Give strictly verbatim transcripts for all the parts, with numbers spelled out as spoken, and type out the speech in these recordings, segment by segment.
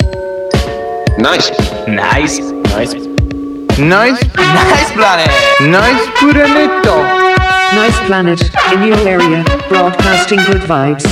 Nice. Nice. Nice. Nice. Nice planet. Nice planetto. Nice planet, in your area, broadcasting good vibes.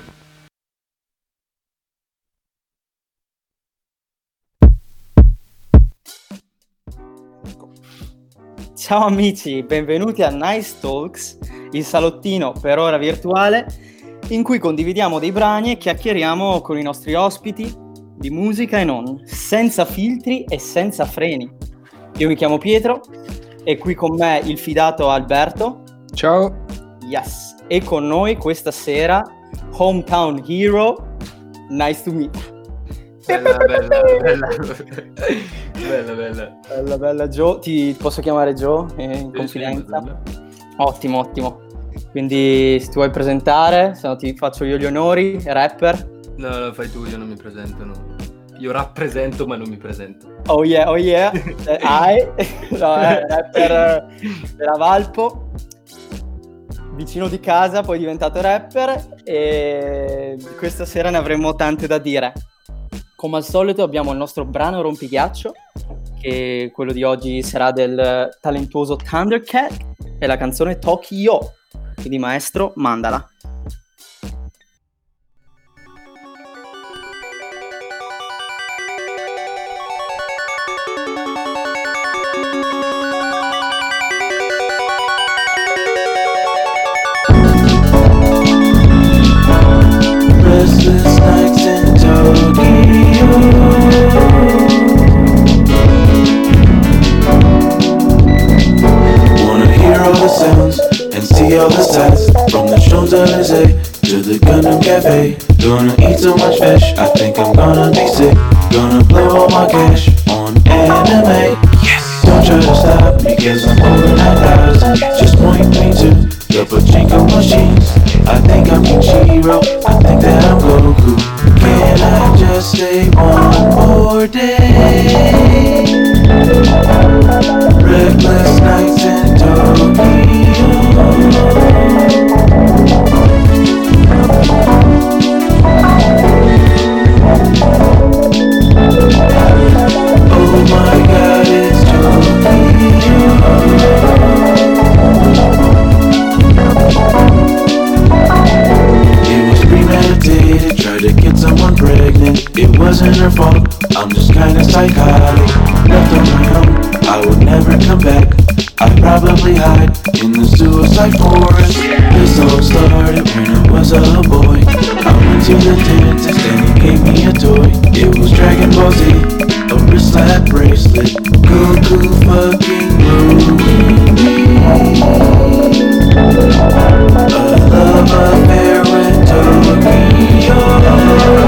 Ciao amici, benvenuti a Nice Talks, il salottino per ora virtuale in cui condividiamo dei brani e chiacchieriamo con i nostri ospiti di musica e non, senza filtri e senza freni. Io mi chiamo Pietro e qui con me il fidato Alberto. Ciao. Yes. E con noi questa sera Hometown Hero, nice to meet. Bella, bella, bella. Bella, bella. Bella, bella Joe, ti posso chiamare Joe eh, in Sì, confidenza? sì, Ottimo, ottimo. Quindi se ti vuoi presentare, se no ti faccio io gli onori, rapper. No, lo fai tu, io non mi presento, no. Io rappresento ma non mi presento. Oh yeah, oh yeah. eh, ai. No, eh, rapper della Valpo, vicino di casa, poi è diventato rapper e questa sera ne avremo tante da dire. Come al solito abbiamo il nostro brano rompighiaccio, che quello di oggi sarà del talentuoso Thundercat e la canzone Tokyo. Quindi maestro, mandala. Restless nights in Tokyo. Wanna hear all the sounds and see all the sights, from the Champs-Élysées to the Gundam Cafe. Gonna eat so much fish, I think I'm gonna be sick. Gonna blow all my cash on anime. Yes. Don't try to stop me, cause I'm holding out cards. Just point me to the pachinko machines. I think I'm Ichiro, I think that I'm Goku. Can I just stay one more day? Reckless nights in Tokyo. Oh my God, it's Tokyo. It was premeditated, tried to get someone pregnant. It wasn't her fault, I'm just kinda psychotic. Left on my own, I would never come back. I'd probably hide in the suicide forest. This all started when I was a boy. I went to the dentist and he gave me a toy. It was Dragon Ball Z, a wristlet bracelet. Goku fucking ruined me. A love affair in Tokyo.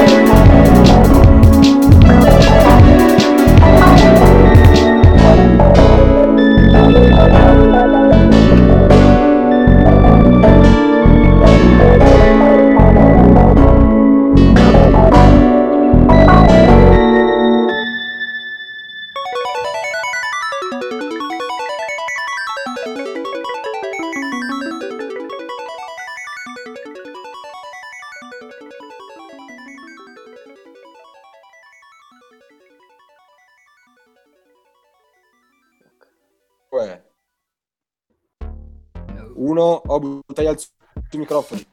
Uno, oh, buttai al sui microfoni.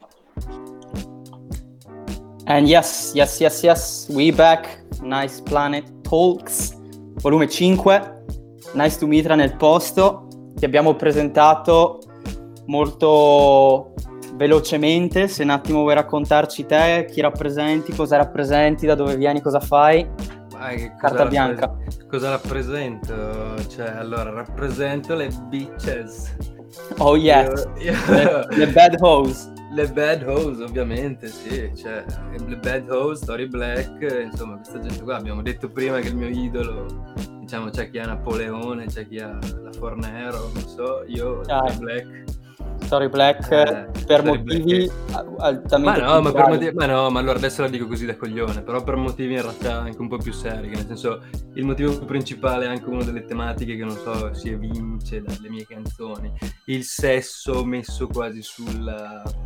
And yes, yes, yes, yes, we back. Nice Planet Talks, volume cinque. Nice to meet nel posto. Ti abbiamo presentato molto velocemente. Se un attimo vuoi raccontarci te, chi rappresenti, cosa rappresenti, da dove vieni, cosa fai. Vai, che cosa Carta bianca. rappres- Cosa rappresento? Cioè, allora, rappresento le bitches. Oh yes, Io- io- le, le bad hoes. Le bad hoes, ovviamente, sì, cioè, le bad hoes, Story Black, insomma, questa gente qua. Abbiamo detto prima che il mio idolo, diciamo, c'è chi ha Napoleone, c'è chi ha la Fornero, non so, io, Ah. Story Black. Story Black Eh, per Story motivi Black. a- Ma altamente no, ma, per culturali. motivi, ma no, ma allora adesso la dico così da coglione, però per motivi in realtà anche un po' più seri, che nel senso il motivo principale è anche una delle tematiche che non so si evince dalle mie canzoni, il sesso messo quasi sul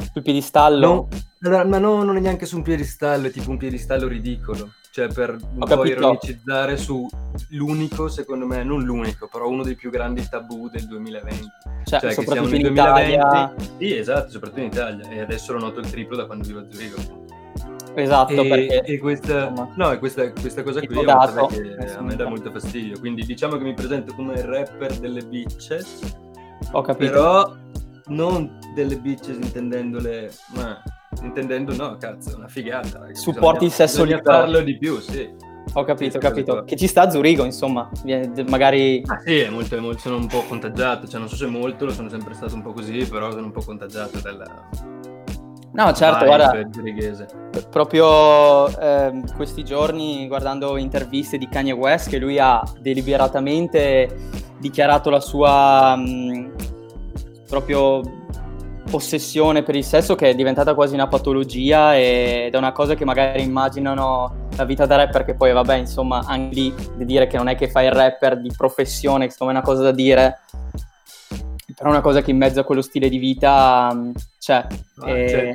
sul piedistallo. No, allora, ma no, non è neanche su un piedistallo, è tipo un piedistallo ridicolo. Cioè, per un Ho po' capito. ironicizzare su l'unico, secondo me, non l'unico, però uno dei più grandi tabù del duemilaventi. Cioè, Cioè, che soprattutto siamo nel in Italia. duemilaventi. Sì, esatto, soprattutto in Italia. E adesso lo noto il triplo da quando vivo a Zurigo. Esatto, E, perché e questa, insomma, no, e questa, questa cosa il qui è una cosa dato, che eh, a me dà molto fastidio. Quindi diciamo che mi presento come il rapper delle bitches, ho capito. però non delle bitches intendendole, ma intendendo no, cazzo, è una figata. Ragazzi. Supporti Bisogna- il sesso bisogna libero. farlo di più, sì. Ho capito, ho Sì, capito. qua. Che ci sta a Zurigo, insomma. Viene- Magari... Ah sì, è molto, è molto- sono un po' contagiato, cioè non so se molto, lo sono sempre stato un po' così, però sono un po' contagiato dalla No, certo, vibe guarda, zurighese. proprio ehm, questi giorni, guardando interviste di Kanye West, che lui ha deliberatamente dichiarato la sua mh, proprio possessione per il sesso, che è diventata quasi una patologia, ed è una cosa che magari immaginano la vita da rapper, che poi vabbè, insomma, anche lì di dire che non è che fai il rapper di professione, che secondo me è una cosa da dire, però è una cosa che in mezzo a quello stile di vita mh, c'è. Ah, E- c'è.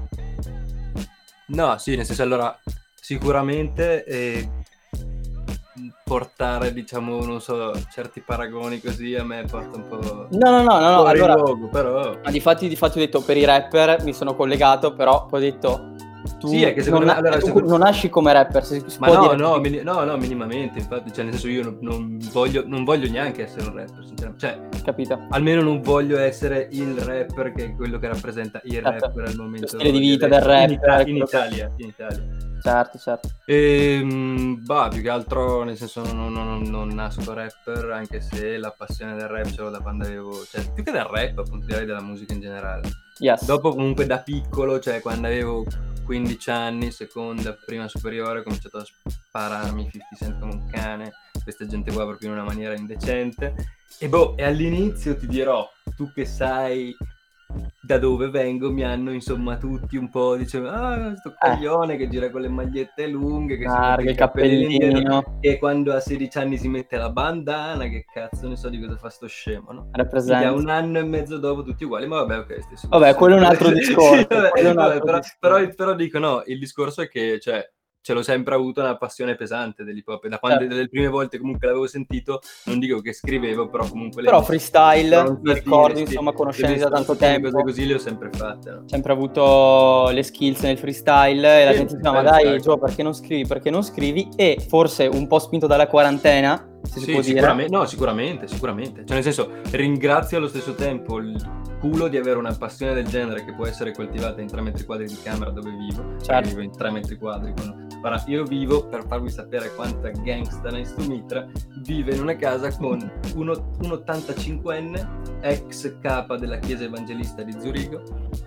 No, sì, nel senso, allora, sicuramente eh, portare, diciamo, non so, certi paragoni così a me porta un po' No, no, no, no, no, fuori allora, luogo, però... ma difatti, difatti ho detto per i rapper mi sono collegato, però poi ho detto tu Sì, è che secondo non, me- allora, tu secondo- non nasci come rapper, si, si Ma può no, dire no, così. mini- no, no, minimamente, infatti, cioè, nel senso, io non, non voglio, non voglio neanche essere un rapper, sinceramente, cioè, Capito? almeno non voglio essere il rapper che è quello che rappresenta il Certo. rapper al momento. Lo stile di vita del in, rapper, Ita- in quello che- Italia, in Italia. Certo, certo. Ehm, bah, più che altro, nel senso, non, non, non, non nasco rapper, anche se la passione del rap ce l'ho da quando avevo, cioè, più che del rap, appunto, direi della musica in generale. Yes. Dopo, comunque, da piccolo, cioè, quando avevo quindici anni, seconda, prima superiore, ho cominciato a spararmi cinquanta Cent come un cane, questa gente qua proprio in una maniera indecente. E boh, e all'inizio ti dirò, tu che sai da dove vengo, mi hanno insomma tutti un po' dicevano, ah, sto coglione che gira con le magliette lunghe, che si mette Larghe, il il cappellino indietro, cappellino, e quando ha sedici anni si mette la bandana, che cazzo ne so di cosa fa sto scemo, no? Minchia, rappresenta. un anno e mezzo dopo tutti uguali, ma vabbè, ok, stesso. Vabbè, quello è un altro Sì, discorso, vabbè, quello è un vabbè, altro però, discorso. però, però dico no, il discorso è che, cioè, ce l'ho sempre avuto una passione pesante dell'hip hop, e da quando Certo. delle prime volte comunque l'avevo sentito, non dico che scrivevo, però comunque le Però mie freestyle, stronzatine, mi ricordo, sì, insomma, le conoscendosi mie da tanto stronzatine, tempo. cose così le ho sempre fatte, no? Sempre avuto le skills nel freestyle, e la Sì, gente diceva, ma freestyle, dai dai. Gio, perché non scrivi, perché non scrivi? E forse un po' spinto dalla quarantena, se si Sì, può dire. sicuramente, no, sicuramente, sicuramente. Cioè, nel senso, ringrazio allo stesso tempo il culo di avere una passione del genere che può essere coltivata in tre metri quadri di camera dove vivo. Perché Certo. vivo in tre metri quadri. Con... Ora, io vivo, per farvi sapere quanta gangsta è sto Mitra, vive in una casa con un, un ottantacinquenne, ex capa della chiesa evangelista di Zurigo,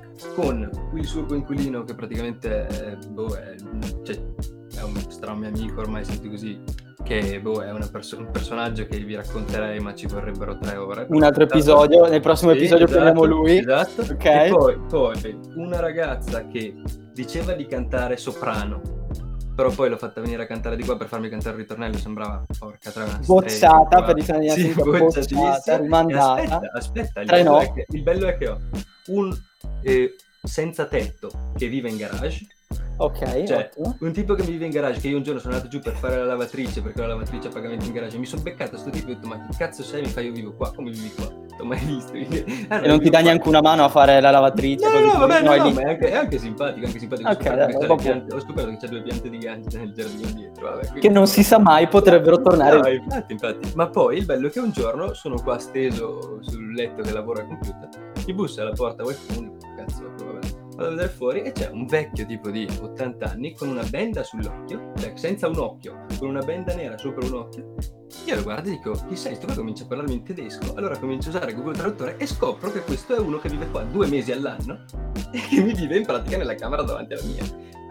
con il suo coinquilino che praticamente è, boh, è, cioè, è un stra mio amico, ormai senti così, che boh, è una perso- un personaggio che vi racconterei, ma ci vorrebbero tre ore. Un altro episodio, nel prossimo Sì, episodio esatto, prendiamo lui. Esatto. Ok. E poi, poi una ragazza che diceva di cantare soprano, però poi l'ho fatta venire a cantare di qua per farmi cantare il ritornello, sembrava porca tra una Bocciata, strega, per i sì, italiani, bocciatissima. bocciata, rimandata. E Aspetta, aspetta, il Tre bello, no. è che, il bello è che ho un eh, senza tetto che vive in garage. Ok, Cioè, ottimo. un tipo che mi vive in garage, che io un giorno sono andato giù per fare la lavatrice, perché ho la lavatrice a pagamento in garage, mi sono beccato sto tipo e ho detto, ma che cazzo sei? Mi fa, io vivo qua, come vivi qua? Non t'ho mai visto. Ah, E non ti dà neanche una mano a fare la lavatrice? No, così, no, vabbè, no, è no, lì. ma è anche, è anche simpatico, anche simpatico. Ho Ok, scoperto dai, che c'ha le dopo. piante- ho scoperto che c'è due piante di ganci nel giardino dietro, vabbè. quindi- Che non si sa mai, potrebbero tornare. No, infatti, infatti. Ma poi il bello è che un giorno sono qua steso sul letto che lavoro al computer, mi bussa alla porta qualcuno, cazzo, vabbè, vado a vedere fuori e c'è un vecchio tipo di ottanta anni con una benda sull'occhio, cioè senza un occhio, con una benda nera sopra un occhio. Io lo guardo e dico, chi sei? Sto qua comincia a parlarmi in tedesco, allora comincio a usare Google Traduttore e scopro che questo è uno che vive qua due mesi all'anno e che mi vive in pratica nella camera davanti alla mia.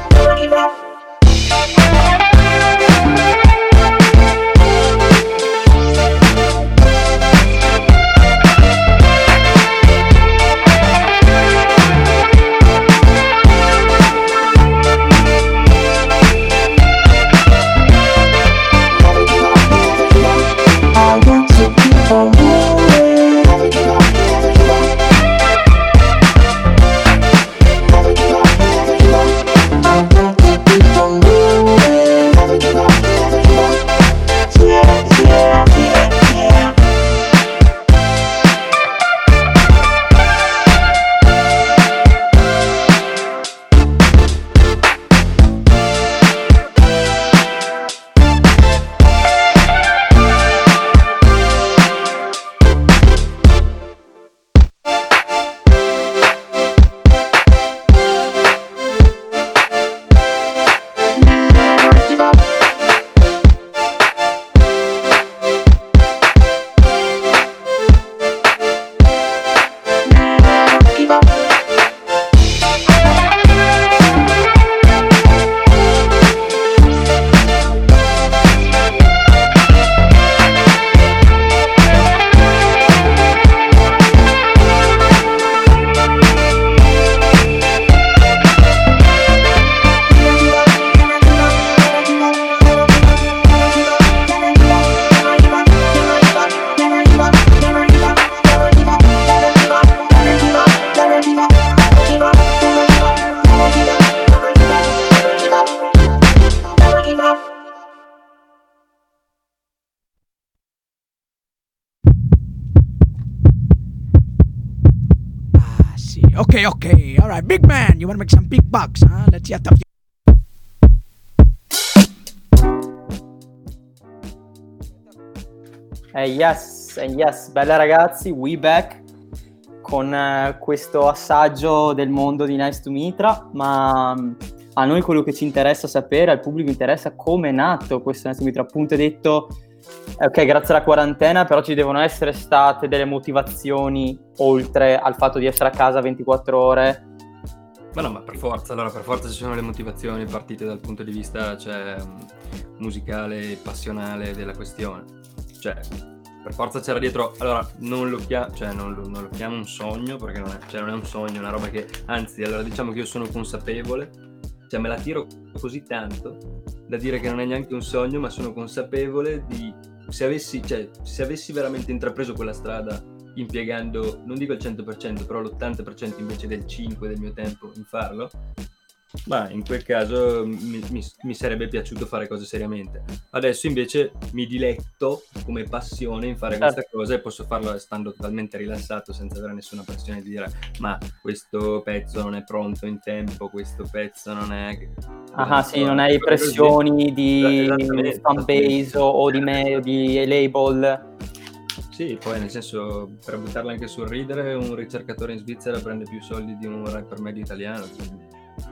I want to keep on moving. Never give up, never give up. Never give up, never give up. I want to keep on moving. Never give up, never give up. Yeah, yeah, yeah, yeah. Never give up. Never give up. Ah, sì. Okay, okay. All right, big man, you want to make some big bucks, huh? Let's see how tough you... Eh yes, eh yes, bella ragazzi, we back con eh, questo assaggio del mondo di Nice to Mitra, ma mh, a noi quello che ci interessa sapere, al pubblico interessa come è nato questo Nice to Mitra. Appunto, hai detto, eh, ok, grazie alla quarantena, però ci devono essere state delle motivazioni oltre al fatto di essere a casa ventiquattro ore. Ma no, ma per forza, allora per forza ci sono le motivazioni partite dal punto di vista, cioè, mh, musicale, passionale della questione. Cioè, per forza c'era dietro, allora non lo chiamo, cioè non lo, non lo chiamo un sogno, perché non è, cioè non è un sogno, è una roba che, anzi, allora diciamo che io sono consapevole, cioè me la tiro così tanto da dire che non è neanche un sogno, ma sono consapevole di, se avessi, cioè, se avessi veramente intrapreso quella strada impiegando, non dico il cento per cento, però l'ottanta per cento invece del cinque del mio tempo in farlo, ma in quel caso mi, mi, mi sarebbe piaciuto fare cose seriamente. Adesso invece mi diletto come passione in fare Certo. questa cosa e posso farlo stando totalmente rilassato senza avere nessuna pressione di dire ma questo pezzo non è pronto in tempo, questo pezzo non è... Ah, sì, non hai pressioni di Esattamente, fan base o, o di, me, o di label. Sì, poi nel senso, per buttarla anche sul ridere, un ricercatore in Svizzera prende più soldi di un rapper medio italiano. quindi-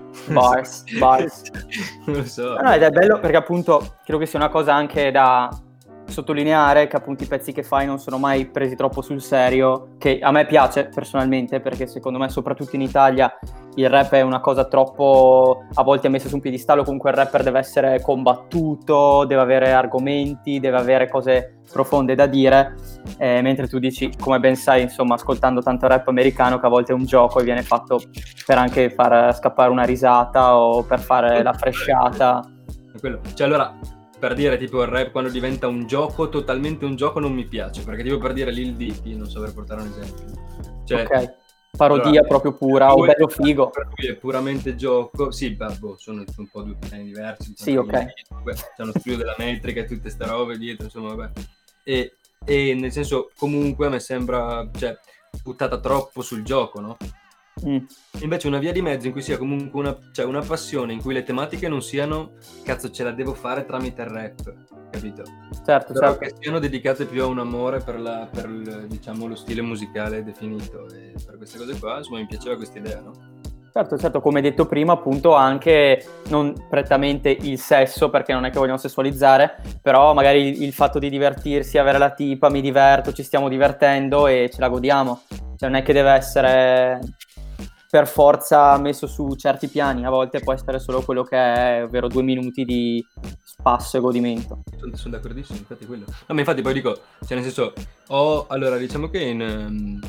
Bars, bars. Non lo so. No, no, ed è bello perché appunto credo che sia una cosa anche da sottolineare, che appunto i pezzi che fai non sono mai presi troppo sul serio, che a me piace personalmente, perché secondo me soprattutto in Italia il rap è una cosa troppo a volte messa su un piedistallo. Comunque il rapper deve essere combattuto, deve avere argomenti, deve avere cose profonde da dire, eh, mentre tu dici, come ben sai, insomma, ascoltando tanto rap americano, che a volte è un gioco e viene fatto per anche far scappare una risata o per fare la fresciata. È quello. Cioè allora, per dire tipo il rap quando diventa un gioco, totalmente un gioco non mi piace, perché tipo per dire Lil Dicky, non so per portare un esempio. Cioè, Ok, parodia allora, proprio pura, o lui- bello figo. Per lui è puramente gioco, sì, beh, boh, sono un po' due piani diversi. Sì, ok. Beh, c'è uno studio della metrica e tutte ste robe dietro, insomma, vabbè. E, e nel senso, comunque a me sembra, cioè, buttata troppo sul gioco, no? Mm. Invece una via di mezzo in cui sia comunque una, cioè una passione, in cui le tematiche non siano cazzo ce la devo fare tramite il rap, capito? Certo, Però certo. che siano dedicate più a un amore per, la, per il, diciamo, lo stile musicale definito, e per queste cose qua, insomma, mi piaceva questa idea, no? Certo, certo, come detto prima, appunto, anche non prettamente il sesso, perché non è che vogliamo sessualizzare, però magari il, il fatto di divertirsi, avere la tipa, mi diverto, ci stiamo divertendo e ce la godiamo. Cioè non è che deve essere per forza messo su certi piani, a volte può essere solo quello che è, ovvero due minuti di spasso e godimento. Sono, sono d'accordissimo, infatti quello. No, ma infatti poi dico, cioè nel senso, ho, allora diciamo che in, ehm,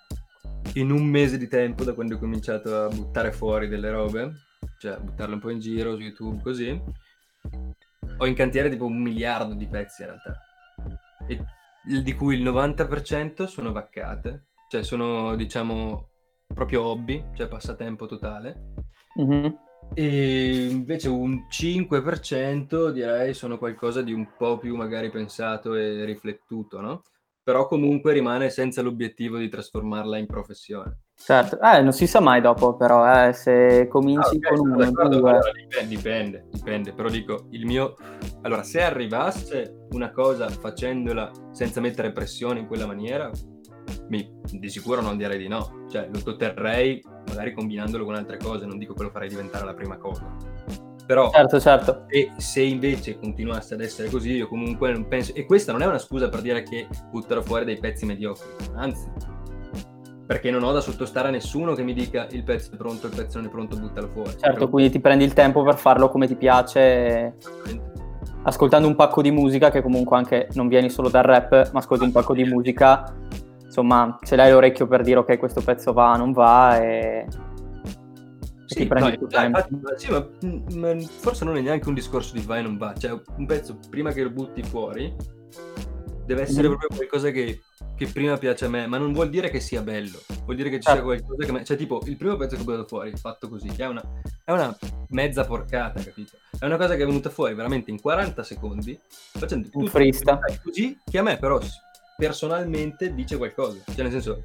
in un mese di tempo, da quando ho cominciato a buttare fuori delle robe, cioè a buttarle un po' in giro su YouTube così, ho in cantiere tipo un miliardo di pezzi in realtà, e di cui il novanta per cento sono vaccate, cioè sono diciamo proprio hobby, cioè passatempo totale. Mhm. E invece un cinque per cento direi sono qualcosa di un po' più magari pensato e riflettuto, no? Però comunque rimane senza l'obiettivo di trasformarla in professione. Certo, eh, non si sa mai dopo, però, eh, se cominci Ah, ok, con sono uno, d'accordo. due... Allora, dipende, dipende, dipende, però dico, il mio... Allora, se arrivasse una cosa facendola senza mettere pressione in quella maniera, mi, di sicuro non direi di no. Cioè, lo otterrei magari combinandolo con altre cose, non dico che lo farei diventare la prima cosa. Però, Certo, certo. e se invece continuasse ad essere così, io comunque non penso... E questa non è una scusa per dire che butterò fuori dei pezzi mediocri, anzi... Perché non ho da sottostare a nessuno che mi dica il pezzo è pronto, il pezzo non è pronto, buttalo fuori. Certo, Però- quindi ti prendi il tempo per farlo come ti piace, ascoltando un pacco di musica, che comunque anche non vieni solo dal rap, ma ascolti un pacco di musica, insomma, se hai l'orecchio per dire ok, questo pezzo va, non va, e, e Sì, ti prendi no, il tuo dai, tempo. infatti, sì, ma, ma forse non è neanche un discorso di vai e non va, cioè un pezzo prima che lo butti fuori deve essere Mhm. proprio qualcosa che, che prima piace a me, ma non vuol dire che sia bello, vuol dire che ci Certo. sia qualcosa che me... cioè tipo il primo pezzo che ho buttato fuori fatto così, che è una, è una mezza porcata, capito? È una cosa che è venuta fuori veramente in quaranta secondi facendo Un tutto freestyle. così, che a me però personalmente dice qualcosa, cioè nel senso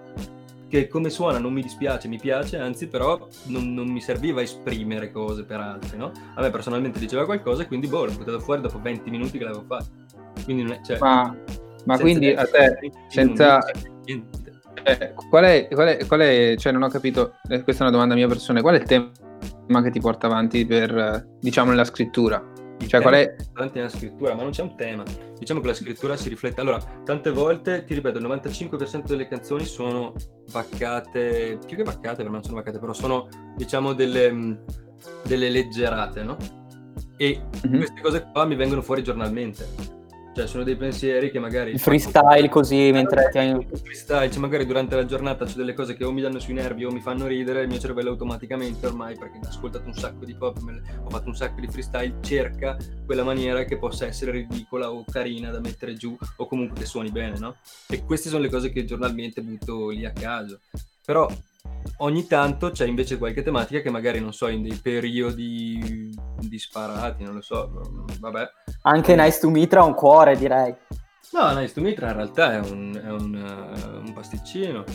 che come suona non mi dispiace, mi piace, anzi però non, non mi serviva a esprimere cose per altri, no? A me personalmente diceva qualcosa e quindi boh, l'ho buttato fuori dopo venti minuti che l'avevo fatto. Quindi non è, cioè, Ma, ma senza quindi a essere- te, senza... niente. eh, qual è, qual è, qual è, cioè non ho capito, eh, questa è una domanda mia personale, qual è il tema che ti porta avanti per, eh, diciamo, nella scrittura? Il Cioè, tema qual è... davanti alla scrittura, ma non c'è un tema. Diciamo che la scrittura si riflette. Allora, tante volte, ti ripeto, il novantacinque per cento delle canzoni sono vaccate, più che vaccate, per me non sono vaccate, però sono, diciamo, delle, mh, delle leggerate, no? E Mhm. queste cose qua mi vengono fuori giornalmente. Cioè sono dei pensieri che magari... Il freestyle così mentre ti hai... Il freestyle, cioè magari durante la giornata c'è delle cose che o mi danno sui nervi o mi fanno ridere, il mio cervello automaticamente ormai, perché ho ascoltato un sacco di pop, ho fatto un sacco di freestyle, cerca quella maniera che possa essere ridicola o carina da mettere giù o comunque che suoni bene, no? E queste sono le cose che giornalmente butto lì a caso. Però ogni tanto c'è invece qualche tematica che magari, non so, in dei periodi disparati, non lo so, vabbè. Anche Nice to Mitra ha un cuore, direi. No, Nice to Mitra in realtà è un, è un, uh, un pasticcino.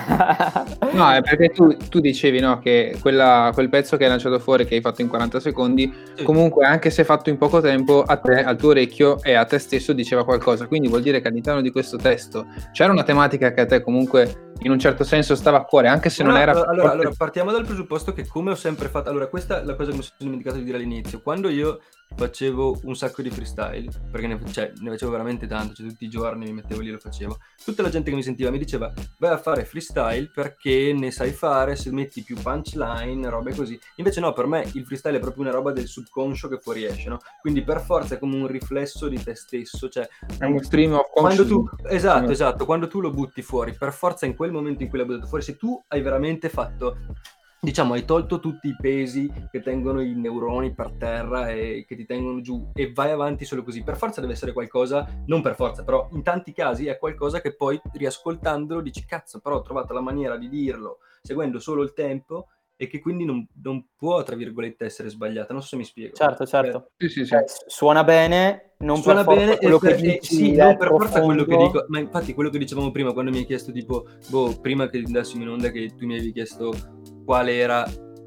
No, è perché tu, tu dicevi, no, che quella, quel pezzo che hai lanciato fuori, che hai fatto in quaranta secondi, sì. Comunque anche se fatto in poco tempo, a te, al tuo orecchio e a te stesso diceva qualcosa. Quindi vuol dire che all'interno di questo testo c'era una tematica che a te comunque in un certo senso stava a cuore, anche se non allora, era... Allora, allora, partiamo dal presupposto che, come ho sempre fatto... Allora, questa è la cosa che mi sono dimenticato di dire all'inizio. Quando io facevo un sacco di freestyle, perché ne, cioè, ne facevo veramente tanto, cioè tutti i giorni mi mettevo lì e lo facevo, tutta la gente che mi sentiva mi diceva vai a fare freestyle perché ne sai fare, se metti più punchline, robe così. Invece no, per me il freestyle è proprio una roba del subconscio che fuoriesce, no? Quindi per forza è come un riflesso di te stesso, cioè è uno stream of quando tu, esatto, esatto, quando tu lo butti fuori, per forza in quel momento in cui l'hai buttato fuori, se tu hai veramente fatto, diciamo, hai tolto tutti i pesi che tengono i neuroni per terra e che ti tengono giù e vai avanti solo così, per forza deve essere qualcosa, non per forza, però in tanti casi è qualcosa che poi riascoltandolo dici cazzo, però ho trovato la maniera di dirlo seguendo solo il tempo e che quindi non, non può, tra virgolette, essere sbagliata. Non so se mi spiego. Certo, certo. Eh, sì, sì, sì. Eh, suona bene, non suona per bene, quello per, che eh, dici, sì, è non per profondo. forza quello che dico, ma infatti quello che dicevamo prima quando mi hai chiesto tipo, boh, prima che andassimo in onda che tu mi avevi chiesto quale era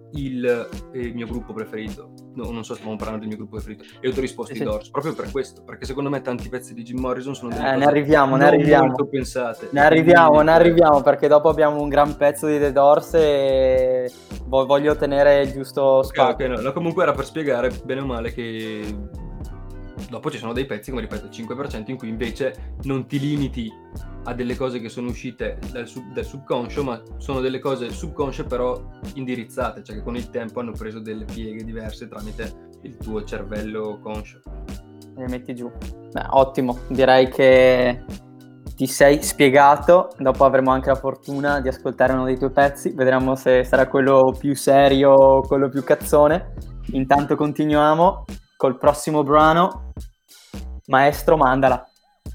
il eh, mio gruppo preferito. No, non so, stavamo parlando del mio gruppo preferito e io ti ho risposto sì, i Doors, proprio per questo, perché secondo me tanti pezzi di Jim Morrison sono delle eh, cose ne arriviamo, ne non arriviamo. molto pensate. Ne arriviamo, Quindi, ne arriviamo, perché dopo abbiamo un gran pezzo di The Doors e voglio tenere il giusto spazio. Okay, okay, no. No, comunque era per spiegare bene o male che dopo ci sono dei pezzi, come ripeto, il cinque per cento in cui invece non ti limiti a delle cose che sono uscite dal, sub, dal subconscio, ma sono delle cose subconsce però indirizzate, cioè che con il tempo hanno preso delle pieghe diverse tramite il tuo cervello conscio. E metti giù. Beh, ottimo, direi che ti sei spiegato. Dopo avremo anche la fortuna di ascoltare uno dei tuoi pezzi, vedremo se sarà quello più serio o quello più cazzone. Intanto continuiamo col prossimo brano. Maestro, mandala.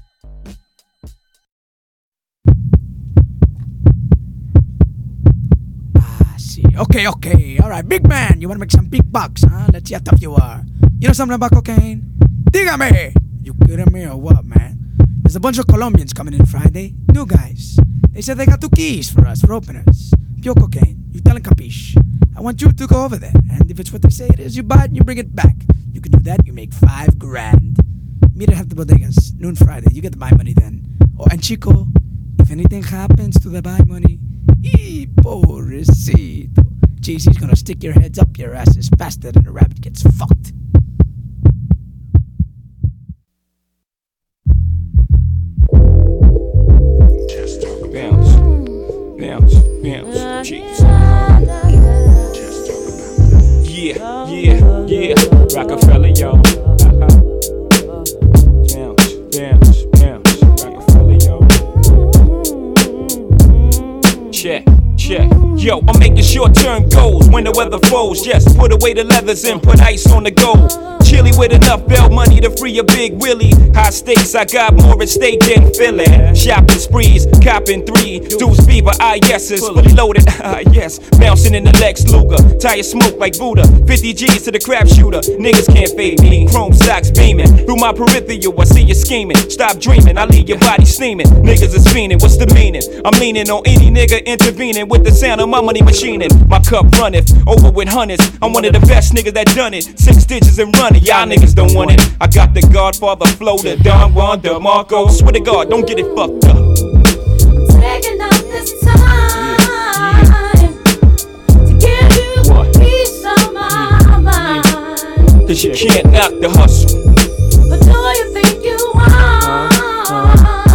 Okay, okay, all right, big man, you wanna make some big bucks, huh? Let's see how tough you are. You know something about cocaine? Dígame! You kidding me or what, man? There's a bunch of Colombians coming in Friday, new guys. They said they got two keys for us, for openers. Pure cocaine, you tell them capiche. I want you to go over there, and if it's what they say it is, you buy it and you bring it back. You can do that, you make five grand. Meet at Half the Bodegas, noon Friday, you get the buy money then. Oh, and Chico, if anything happens to the buy money, ee, pobrecito. G C's gonna stick your heads up your asses faster than a rabbit gets fucked. Bounce, bounce, bounce, G's. Yeah, yeah, yeah, Rockefeller, yo. Uh-huh. Bounce, bounce, bounce, Rockefeller, yo. Check, check. Yo, I'm making short-term goals when the weather froze. Just put away the leathers and put ice on the gold. Chilly with enough bail money to free a big Willie. High stakes, I got more at stake than Philly. Shopping sprees, copping three. Deuce fever, I yeses, fully loaded, ah yes. Bouncing in the Lex Luger, tire smoke like Buddha. fifty G's to the crap shooter, niggas can't fade me. Chrome socks beaming, through my peripheral, I see you scheming. Stop dreaming, I leave your body steaming. Niggas is fiending, what's the meaning? I'm leaning on any nigga intervening with the sound of my money machining. My cup runneth, over with hundreds. I'm one of the best niggas that done it. Six digits and running, y'all niggas don't want it. I got the Godfather flow, the Don Juan DeMarco. Swear to God, don't get it fucked up. Taking up this time to give you What? peace of my mind. Cause you can't knock the hustle. But do you think you are?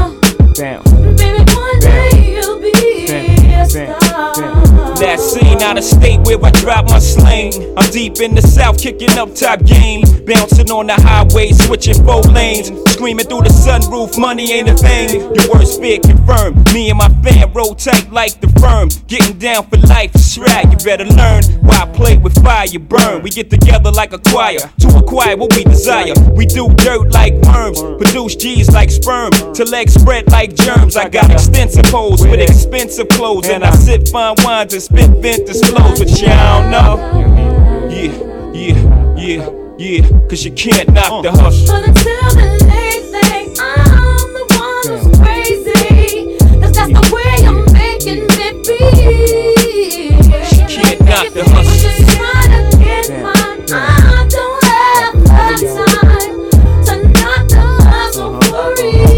Bounce. Baby, one day you'll be a star. That scene out out of state where I drop my slang. I'm deep in the south, kicking up top game. Bouncing on the highway, switching four lanes. Screaming through the sunroof, money ain't a thing. Your worst fear confirmed. Me and my fam roll tight like the firm. Getting down for life, it's right, you better learn. Why I play with fire, you burn. We get together like a choir to acquire what we desire. We do dirt like worms, produce G's like sperm. To legs spread like germs. I got extensive hoes with expensive clothes, and I sip fine wines and spit vintage flows, but y'all don't know. Yeah, yeah, yeah, yeah, cause you can't knock the hustle. But until the late thing, I'm the one who's crazy. Cause that's the way I'm making it be. You can't knock the hustle. I'm just trying to get mine. I don't have the time to knock the hustle for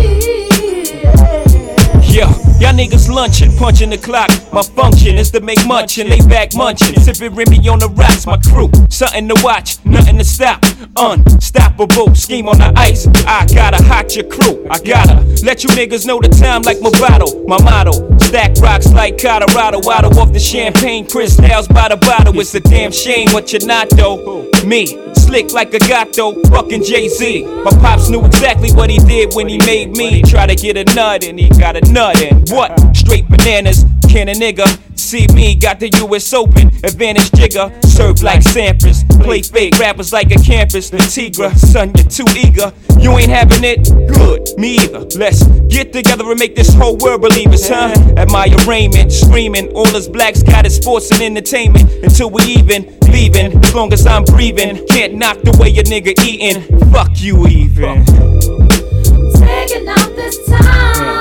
real. Yeah, y'all niggas lunching, punching the clock. My function is to make munchin', lay back munchin', sippin' Remy on the rocks. My crew, something to watch, nothing to stop. Unstoppable, scheme on the ice. I gotta hot your crew. I gotta let you niggas know the time like Movado. My motto, stack rocks like Colorado. Out off the champagne, crystals by the bottle. It's a damn shame what you're not though. Me, slick like a gato, fucking Jay-Z. My pops knew exactly what he did when he made me. Try to get a nut and he got a nut and what? Straight bananas, can a nigga see me? Got the U S Open, advantage jigger. Serve like Sampras, play fake rappers like a campus. The Tigra, son, you're too eager. You ain't having it? Good, me either. Let's get together and make this whole world believe us, huh? At my arraignment, screaming, all us blacks got is sports and entertainment. Until we even, leaving, as long as I'm breathing. Can't knock the way a nigga eating. Fuck you even. Taking out this time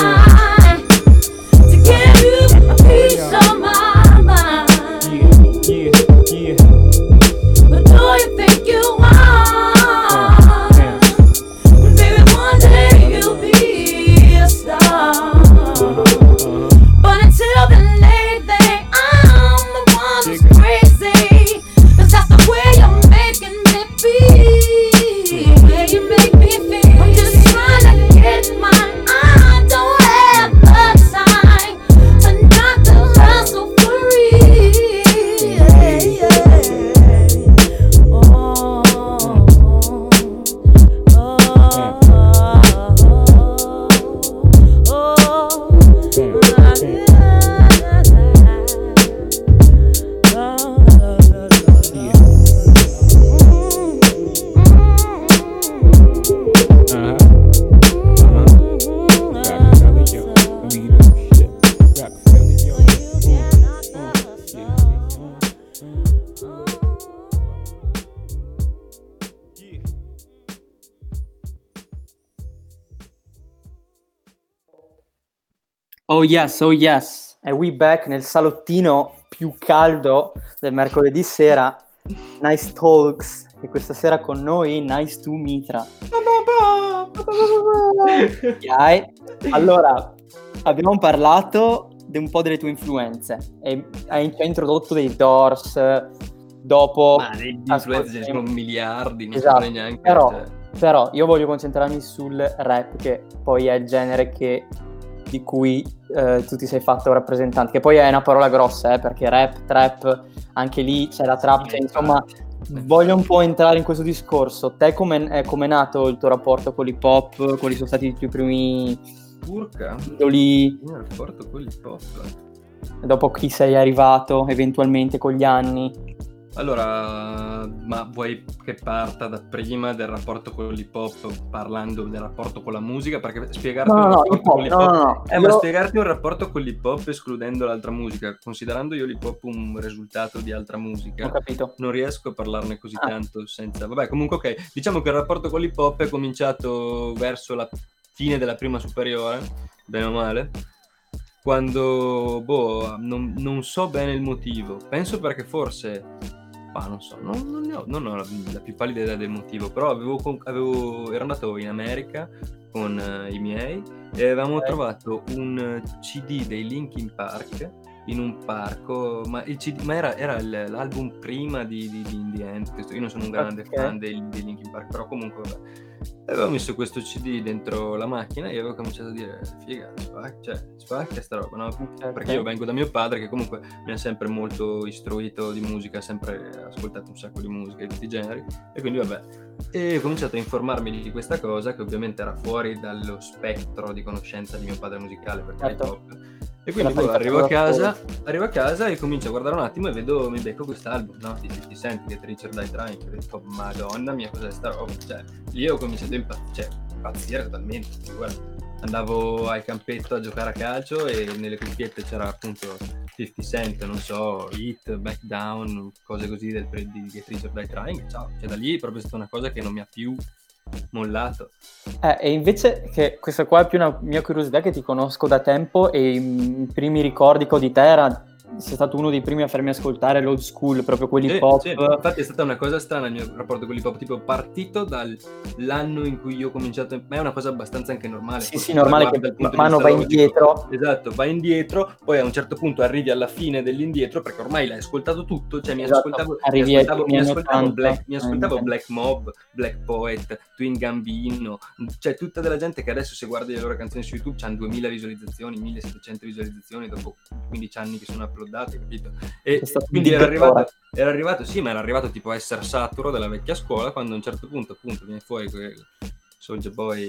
to give you a piece of my mind. Yeah, yeah. But do you think you are? Baby, one day you'll be a star. But until the late thing, I'm the one who's crazy. Cause that's the way you're making me feel. The way you make me feel. I'm just trying to get mine. I don't have the time to knock the hustle for real. Oh, Oh yes, oh yes. E we back nel salottino più caldo del mercoledì sera. Nice Talks. E questa sera con noi Nice to Mitra. Okay. Allora, abbiamo parlato di un po' delle tue influenze. E hai ci hai introdotto dei Doors. Dopo... Ma degli influenze ce ne sono miliardi, non esatto. so neanche. Però, cioè. però io voglio concentrarmi sul rap, che poi è il genere che... di cui eh, tu ti sei fatto rappresentante, che poi è una parola grossa, eh, perché rap, trap, anche lì c'è la trap, cioè, insomma, voglio un po' entrare in questo discorso. Te come è come è nato il tuo rapporto con l'hip hop? Quali sono stati i tuoi primi Urca, idoli? il mio rapporto con l'hip hop. Dopo chi sei arrivato eventualmente con gli anni? Allora, ma vuoi che parta da prima del rapporto con l'hip hop, parlando del rapporto con la musica? Perché spiegarti No, un no, rapporto hip hop, con l'hip no, hop, no, no. eh, ma Io- spiegarti un rapporto con l'hip hop escludendo l'altra musica, considerando io l'hip hop un risultato di altra musica, Ho capito. non riesco a parlarne così Ah. tanto senza... Vabbè, comunque ok, diciamo che il rapporto con l'hip hop è cominciato verso la fine della prima superiore, bene o male, quando, boh, non, non so bene il motivo, penso perché forse... Ah, non so, non, non, ne ho, non ho la, la più pallida idea del motivo, però avevo, con- avevo- ero andato in America con eh, i miei e avevamo Ok. trovato un C D dei Linkin Park in un parco, ma, il C D, ma era, era il- l'album prima di, di, di In The End. Questo- io non sono un grande Ok. fan dei, dei Linkin Park, però comunque vabbè. Avevo messo questo C D dentro la macchina e avevo cominciato a dire figa, spacca, cioè, spacca sta roba, no? Perché io vengo da mio padre che comunque mi ha sempre molto istruito di musica, ha sempre ascoltato un sacco di musica di tutti i generi, e quindi vabbè. E ho cominciato a informarmi di questa cosa, che ovviamente era fuori dallo spettro di conoscenza di mio padre musicale, perché era Certo. hip hop. E quindi Te la boh, fai arrivo a fatto da casa, arrivo a casa e comincio a guardare un attimo e vedo, mi becco quest'album, no? Di fifty Cent, Get Richer Die Trying, che ho detto, madonna mia, cos'è sta roba? Cioè, lì ho cominciato a impa- cioè, impazzire totalmente, perché, guarda, andavo al campetto a giocare a calcio e nelle cuffiette c'era appunto fifty Cent, non so, Hit, Back Down, cose così del pre- di Get Richer Die Trying, ciao, cioè da lì è proprio stata una cosa che non mi ha più mollato. Eh, e invece che questa qua è più una mia curiosità, che ti conosco da tempo e i, i primi ricordi che ho di te era sei stato uno dei primi a farmi ascoltare l'old school, proprio quelli Sì, pop. sì, infatti è stata una cosa strana il mio rapporto con l'hip hop, tipo partito dall'anno in cui io ho cominciato, ma è una cosa abbastanza anche normale. Sì, forse, sì, normale guarda che dal punto di mano vista va logico. indietro. Esatto, va indietro, poi a un certo punto arrivi alla fine dell'indietro perché ormai l'hai ascoltato tutto, cioè mi Esatto, ascoltavo, arrivi mi ai ascoltavo, primi mi anni ascoltavo, ottanta, Black, mi ascoltavo eh, Black Mob, Black Poet, Twin Gambino, cioè tutta della gente che adesso se guardi le loro canzoni su YouTube hanno duemila visualizzazioni, millesettecento visualizzazioni dopo quindici anni che sono uploadate, capito? E È stato quindi un era dictatore. arrivato, era arrivato, sì, ma era arrivato tipo a essere saturo della vecchia scuola, quando a un certo punto appunto viene fuori quel Soulja Boy,